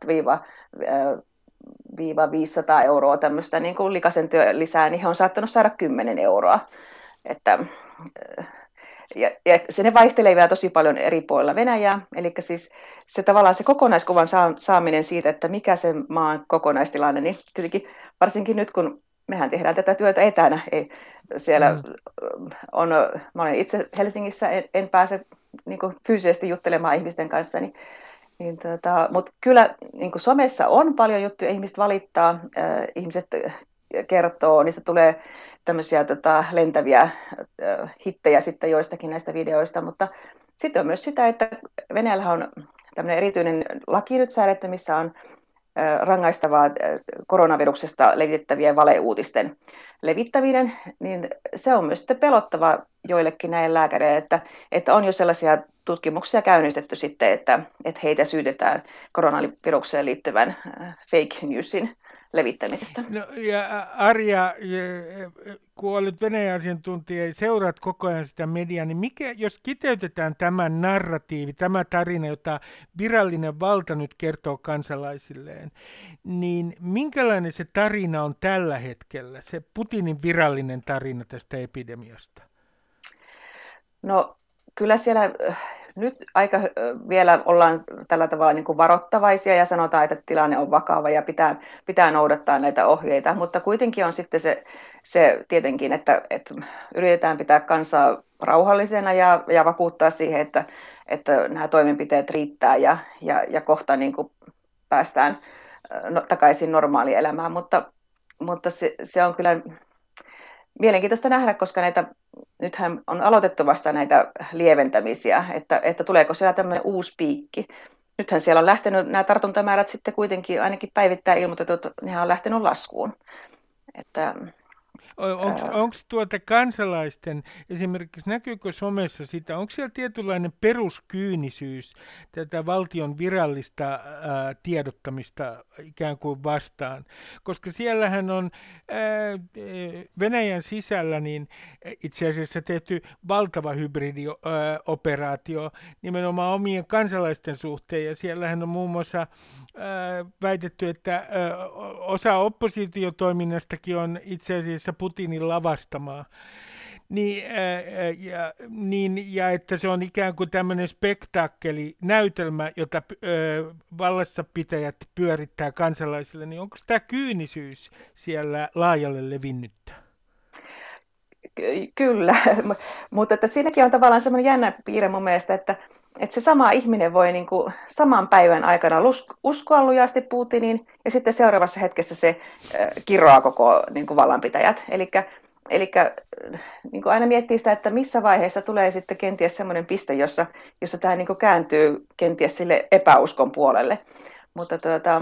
viisisataa euroa tämmöistä niin kuin likaisen työn lisää, niin he on saattanut saada kymmenen euroa, että äh, Ja, ja se ne vaihtelee vielä tosi paljon eri puolilla Venäjää, eli siis se tavallaan se kokonaiskuvan saaminen siitä, että mikä se maan kokonaistilanne, niin tietenkin varsinkin nyt, kun mehän tehdään tätä työtä etänä, ei, siellä mm. on, mä olen itse Helsingissä, en, en pääse niin kuin fyysisesti juttelemaan ihmisten kanssa, niin, niin tota, mutta kyllä niin kuin somessa on paljon juttuja, ihmiset valittaa, äh, ihmiset kertoo, niistä tulee tämmöisiä tota, lentäviä äh, hittejä sitten joistakin näistä videoista, mutta sitten on myös sitä, että Venäjällä on tämmöinen erityinen laki nyt säädetty, missä on äh, rangaistavaa äh, koronaviruksesta levitettävien valeuutisten levittäminen, niin se on myös sitten pelottava joillekin näille lääkäreille, että, että on jo sellaisia tutkimuksia käynnistetty sitten, että, että heitä syytetään koronavirukseen liittyvän äh, fake newsin levittämisestä. No, ja Arja, kun olet Venäjän asiantuntija ja seuraat koko ajan sitä mediaa, niin mikä, jos kiteytetään tämä narratiivi, tämä tarina, jota virallinen valta nyt kertoo kansalaisilleen, niin minkälainen se tarina on tällä hetkellä, se Putinin virallinen tarina tästä epidemiasta? No kyllä siellä nyt aika vielä ollaan tällä tavalla niin kuin varoittavaisia ja sanotaan, että tilanne on vakava ja pitää, pitää noudattaa näitä ohjeita, mutta kuitenkin on sitten se, se tietenkin, että, että yritetään pitää kansaa rauhallisena ja, ja vakuuttaa siihen, että, että nämä toimenpiteet riittää ja, ja, ja kohta niin kuin päästään no, takaisin normaaliin elämään, mutta, mutta se, se on kyllä mielenkiintoista nähdä, koska näitä, nythän on aloitettu vasta näitä lieventämisiä, että, että tuleeko siellä tämmöinen uusi piikki. Nythän siellä on lähtenyt nämä tartuntamäärät sitten kuitenkin ainakin päivittäin ilmoitetut, nehän on lähtenyt laskuun. Että, Onko tuota kansalaisten, esimerkiksi näkyykö somessa sitä, onko siellä tietynlainen peruskyynisyys tätä valtion virallista ää, tiedottamista ikään kuin vastaan? Koska siellähän on ää, Venäjän sisällä niin itse asiassa tehty valtava hybridioperaatio nimenomaan omien kansalaisten suhteen, ja siellähän on muun muassa ää, väitetty, että ää, osa oppositiotoiminnastakin on itse asiassa Putinin lavastamaa. Niin, ää, ja, niin, ja että se on ikään kuin tämmöinen spektaakkeli, näytelmä, jota ää, vallassapitäjät pyörittää kansalaisille, niin onko tämä kyynisyys siellä laajalle levinnyttä? Ky- Kyllä, mutta että siinäkin on tavallaan semmoinen jännä piirre mun mielestä, että, että se sama ihminen voi niin kuin saman päivän aikana lus- uskoa lujasti Putiniin ja sitten seuraavassa hetkessä se äh, kiroaa koko niin kuin vallanpitäjät. Elikkä, elikkä niin kuin aina miettii sitä, että missä vaiheessa tulee sitten kenties semmoinen piste, jossa, jossa tämä niin kuin kääntyy kenties sille epäuskon puolelle. Mutta tuota,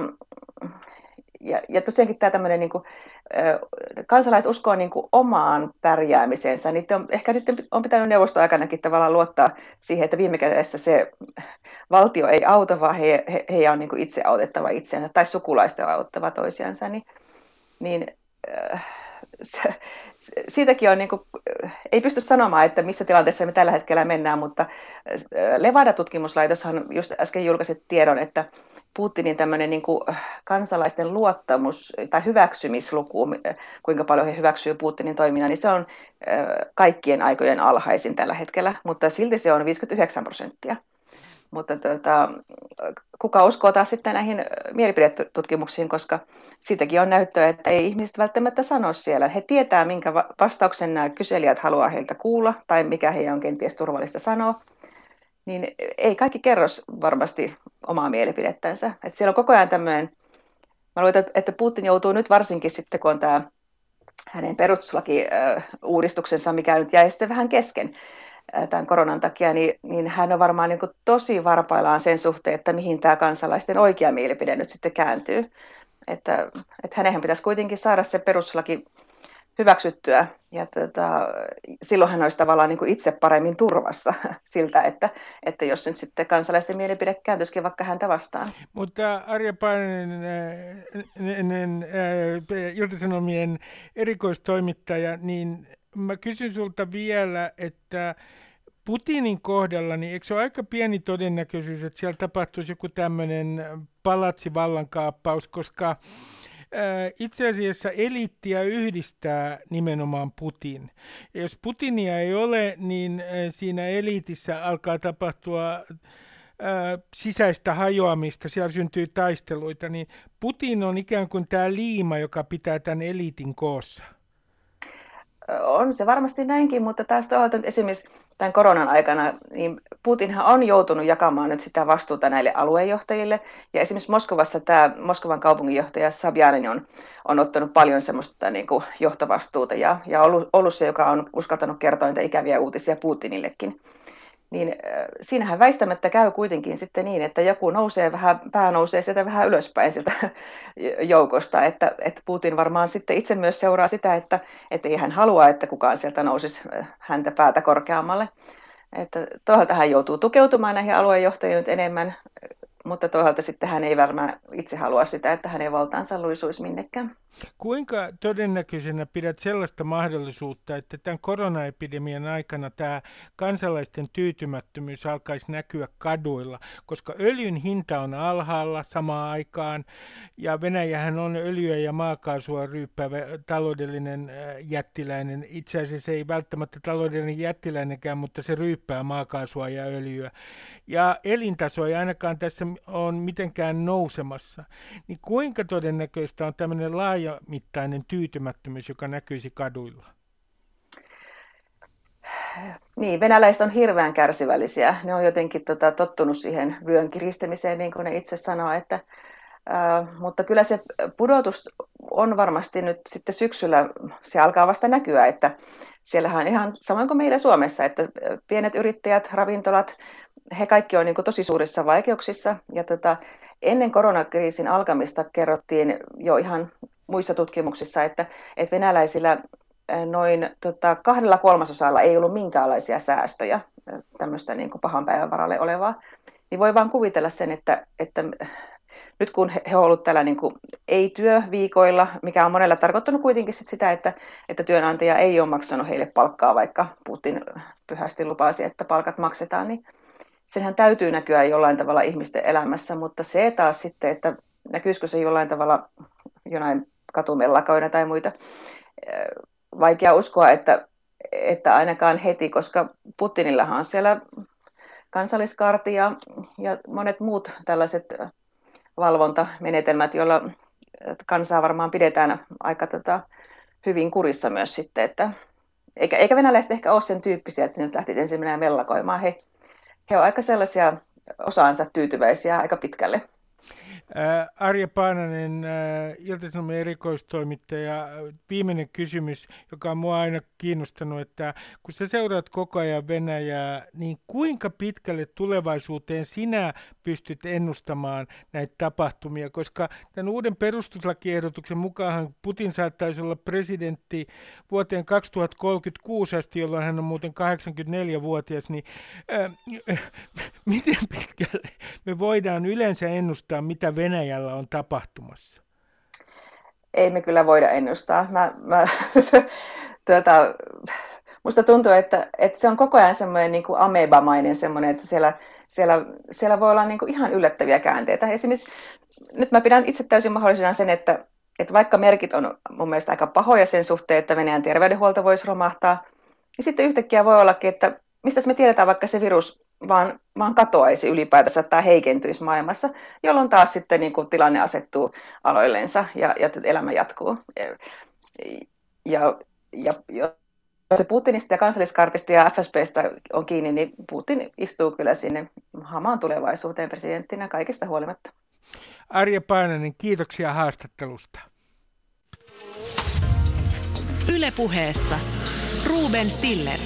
ja, ja tosiaankin tämä tämmöinen niin kuin, kansalaiset uskoo niin kuin omaan pärjäämiseensä. Niitä on, ehkä nyt on pitänyt neuvostoaikanakin tavallaan luottaa siihen, että viime kädessä se valtio ei auta, vaan he, he, heidän on niin kuin itse autettava itseänsä tai sukulaisten on autettava toisiansa. Niin, niin äh, se, siitäkin on, niin kuin, ei pysty sanomaan, että missä tilanteessa me tällä hetkellä mennään, mutta Levada-tutkimuslaitoshan just äsken julkaisi tiedon, että Putinin tämmöinen niin kuin kansalaisten luottamus tai hyväksymisluku, kuinka paljon he hyväksyvät Putinin toiminnan, niin se on kaikkien aikojen alhaisin tällä hetkellä, mutta silti se on viisikymmentäyhdeksän prosenttia. Mutta tuota, kuka uskoo taas sitten näihin mielipidetutkimuksiin, koska siitäkin on näyttöä, että ei ihmiset välttämättä sano siellä. He tietää, minkä vastauksen nämä kyselijät haluaa heiltä kuulla tai mikä heidän on kenties turvallista sanoa. Niin ei kaikki kerro varmasti omaa mielipidettänsä. Että siellä on koko ajan tämmöinen, mä luulen, että Putin joutuu nyt varsinkin sitten, kun on tämä hänen perustuslaki-uudistuksensa, mikä nyt jäi sitten vähän kesken tämän koronan takia, niin, niin hän on varmaan niin kuin tosi varpaillaan sen suhteen, että mihin tämä kansalaisten oikea mielipide nyt sitten kääntyy. Että, että hänenhän pitäisi kuitenkin saada se perustuslaki hyväksyttyä, ja tota, silloin hän olisi tavallaan niin kuin itse paremmin turvassa siltä, että, että jos nyt sitten kansalaisten mielipide kääntyisikin vaikka häntä vastaan. Mutta Arja Paananen, Ilta-Sanomien erikoistoimittaja, niin mä kysyn sulta vielä, että Putinin kohdalla, niin eikö se ole aika pieni todennäköisyys, että siellä tapahtuisi joku tämmöinen palatsivallankaappaus, koska itse asiassa eliittiä yhdistää nimenomaan Putin. Ja jos Putinia ei ole, niin siinä eliitissä alkaa tapahtua sisäistä hajoamista, siellä syntyy taisteluita, niin Putin on ikään kuin tämä liima, joka pitää tämän eliitin koossa. On se varmasti näinkin, mutta taas toisaalta esimerkiksi tämän koronan aikana, niin Putinhan on joutunut jakamaan nyt sitä vastuuta näille aluejohtajille. Ja esimerkiksi Moskovassa tämä Moskovan kaupunginjohtaja Sobjanin on, on ottanut paljon semmoista niin kuin johtovastuuta ja, ja ollut, ollut se, joka on uskaltanut kertoa niitä ikäviä uutisia Putinillekin. Niin äh, siinähän väistämättä käy kuitenkin sitten niin, että joku nousee vähän, pää nousee sieltä vähän ylöspäin sieltä joukosta, että, että Putin varmaan sitten itse myös seuraa sitä, että, että ei hän halua, että kukaan sieltä nousisi häntä päätä korkeammalle. Että toisaalta hän joutuu tukeutumaan näihin aluejohtajiin nyt enemmän, mutta toisaalta sitten hän ei varmaan itse halua sitä, että hänen valtaansa luisuisi minnekään. Kuinka todennäköisenä pidät sellaista mahdollisuutta, että tämän koronaepidemian aikana tämä kansalaisten tyytymättömyys alkaisi näkyä kaduilla, koska öljyn hinta on alhaalla samaan aikaan, ja Venäjähän on öljyä ja maakaasua ryyppäävä taloudellinen jättiläinen. Itse asiassa ei välttämättä taloudellinen jättiläinenkään, mutta se ryyppää maakaasua ja öljyä. Ja elintaso ei ainakaan tässä ole mitenkään nousemassa. Niin kuinka todennäköistä on tämmöinen laajamittainen tyytymättömyys, joka näkyisi kaduilla? Niin, venäläiset on hirveän kärsivällisiä. Ne on jotenkin tota, tottunut siihen vyön kiristämiseen, niin kuin ne itse sanoo, että äh, mutta kyllä se pudotus on varmasti nyt sitten syksyllä, se alkaa vasta näkyä, että siellähän ihan samoin kuin meillä Suomessa, että pienet yrittäjät, ravintolat, he kaikki on niin kuin tosi suurissa vaikeuksissa. Ja tota, ennen koronakriisin alkamista kerrottiin jo ihan muissa tutkimuksissa, että, että venäläisillä noin tota, kahdella kolmasosalla ei ollut minkäänlaisia säästöjä, tämmöistä niin kuin pahan päivän varalle olevaa. Niin voi vaan kuvitella sen, että, että nyt kun he, he ovat olleet tällä niin kuin ei-työviikoilla, mikä on monella tarkoittanut kuitenkin sit sitä, että, että työnantaja ei ole maksanut heille palkkaa, vaikka Putin pyhästi lupasi, että palkat maksetaan, niin senhän täytyy näkyä jollain tavalla ihmisten elämässä, mutta se taas sitten, että näkyisikö se jollain tavalla jonain katumellakoina tai muita, vaikea uskoa, että, että ainakaan heti, koska Putinillahan on siellä kansalliskaarti ja, ja monet muut tällaiset valvontamenetelmät, joilla kansaa varmaan pidetään aika tota, hyvin kurissa myös sitten, että eikä, eikä venäläiset ehkä ole sen tyyppisiä, että ne nyt lähtisi ensin mennä mellakoimaan. He, he ovat aika sellaisia osaansa tyytyväisiä aika pitkälle. Ää, Arja Paananen, Ilta-Sanomien erikoistoimittaja, viimeinen kysymys, joka on mua aina kiinnostanut, että kun sä seuraat koko ajan Venäjää, niin kuinka pitkälle tulevaisuuteen sinä pystyt ennustamaan näitä tapahtumia, koska tämän uuden perustuslakiehdotuksen mukaan Putin saattaisi olla presidentti vuoteen kaksituhattakolmekymmentäkuusi asti, jolloin hän on muuten kahdeksankymmentäneljävuotias, niin ää, miten pitkälle me voidaan yleensä ennustaa, mitä Venäjällä on tapahtumassa? Ei me kyllä voida ennustaa. Mä, mä, tuota, musta tuntuu, että, että se on koko ajan semmoinen niin kuin amebamainen semmoinen, että siellä, siellä, siellä voi olla niin kuin ihan yllättäviä käänteitä. Esimerkiksi nyt mä pidän itse täysin mahdollisena sen, että, että vaikka merkit on mun mielestä aika pahoja sen suhteen, että Venäjän terveydenhuolto voisi romahtaa, niin sitten yhtäkkiä voi ollakin, että mistä me tiedetään, vaikka se virus vaan, vaan katoaisi ylipäätänsä tai heikentyisi maailmassa, jolloin taas sitten niin kuin tilanne asettuu aloillensa ja, ja elämä jatkuu. Ja, ja, ja jos se Putinista ja kansalliskartista ja F S B:stä on kiinni, niin Putin istuu kyllä sinne hamaan tulevaisuuteen presidenttinä kaikesta huolimatta. Arja Paananen, kiitoksia haastattelusta. Yle Puheessa Ruben Stiller.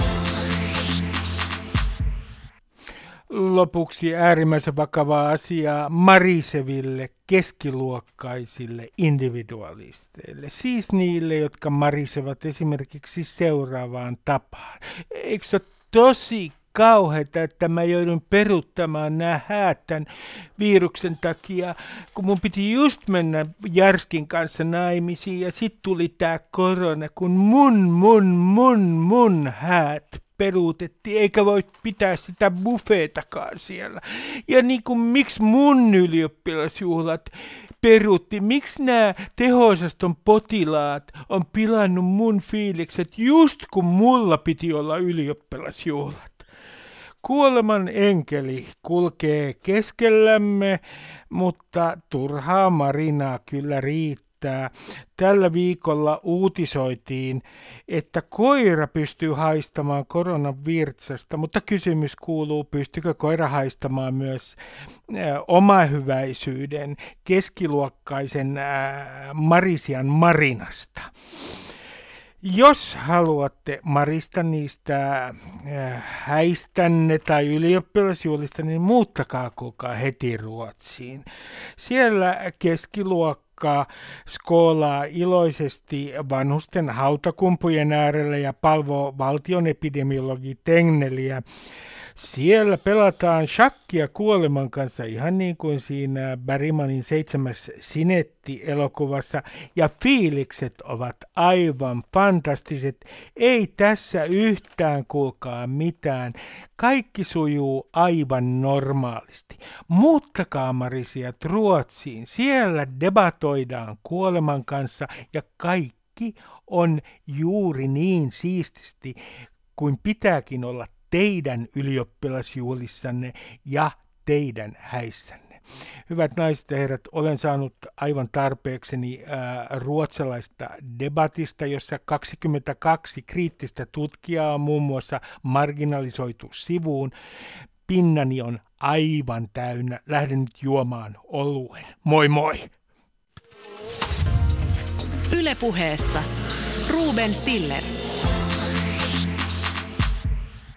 Lopuksi äärimmäisen vakavaa asiaa mariseville keskiluokkaisille individualisteille, siis niille, jotka marisevat esimerkiksi seuraavaan tapaan. Eikö se ole tosi kauheata, että mä joudun peruuttamaan nämä häät tämän viruksen takia, kun mun piti just mennä Jarskin kanssa naimisiin ja sit tuli tää korona, kun mun, mun, mun, mun häät peruutettiin, eikä voi pitää sitä buffeetakaan siellä. Ja niin kuin miksi mun ylioppilasjuhlat peruutti, miksi nämä teho-osaston potilaat on pilannut mun fiilikset just kun mulla piti olla ylioppilasjuhlat. Kuoleman enkeli kulkee keskellämme, mutta turhaa marinaa kyllä riittää. Tällä viikolla uutisoitiin, että koira pystyy haistamaan koronan virtsasta, mutta kysymys kuuluu, pystyykö koira haistamaan myös ä, omahyväisyyden keskiluokkaisen ä, marisian marinasta. Jos haluatte marista niistä äh, häistänne tai ylioppilasjuhlista, niin muuttakaa kuulkaa heti Ruotsiin. Siellä keskiluokka skoolaa iloisesti vanhusten hautakumpujen äärellä ja palvoo valtion epidemiologi Tegneliä. Siellä pelataan shakkia kuoleman kanssa ihan niin kuin siinä Bergmanin seitsemäs sinetti-elokuvassa ja fiilikset ovat aivan fantastiset. Ei tässä yhtään kuulkaa mitään. Kaikki sujuu aivan normaalisti. Muuttakaa marisijat Ruotsiin. Siellä debatoidaan kuoleman kanssa ja kaikki on juuri niin siististi kuin pitääkin olla teidän ylioppilasjuhlissanne ja teidän häissänne. Hyvät naiset ja herrat, olen saanut aivan tarpeekseni ää, ruotsalaista debatista, jossa kaksikymmentäkaksi kriittistä tutkijaa on muun muassa marginalisoitu sivuun. Pinnani on aivan täynnä. Lähden nyt juomaan oluen. Moi moi! Yle Puheessa Ruben Stiller.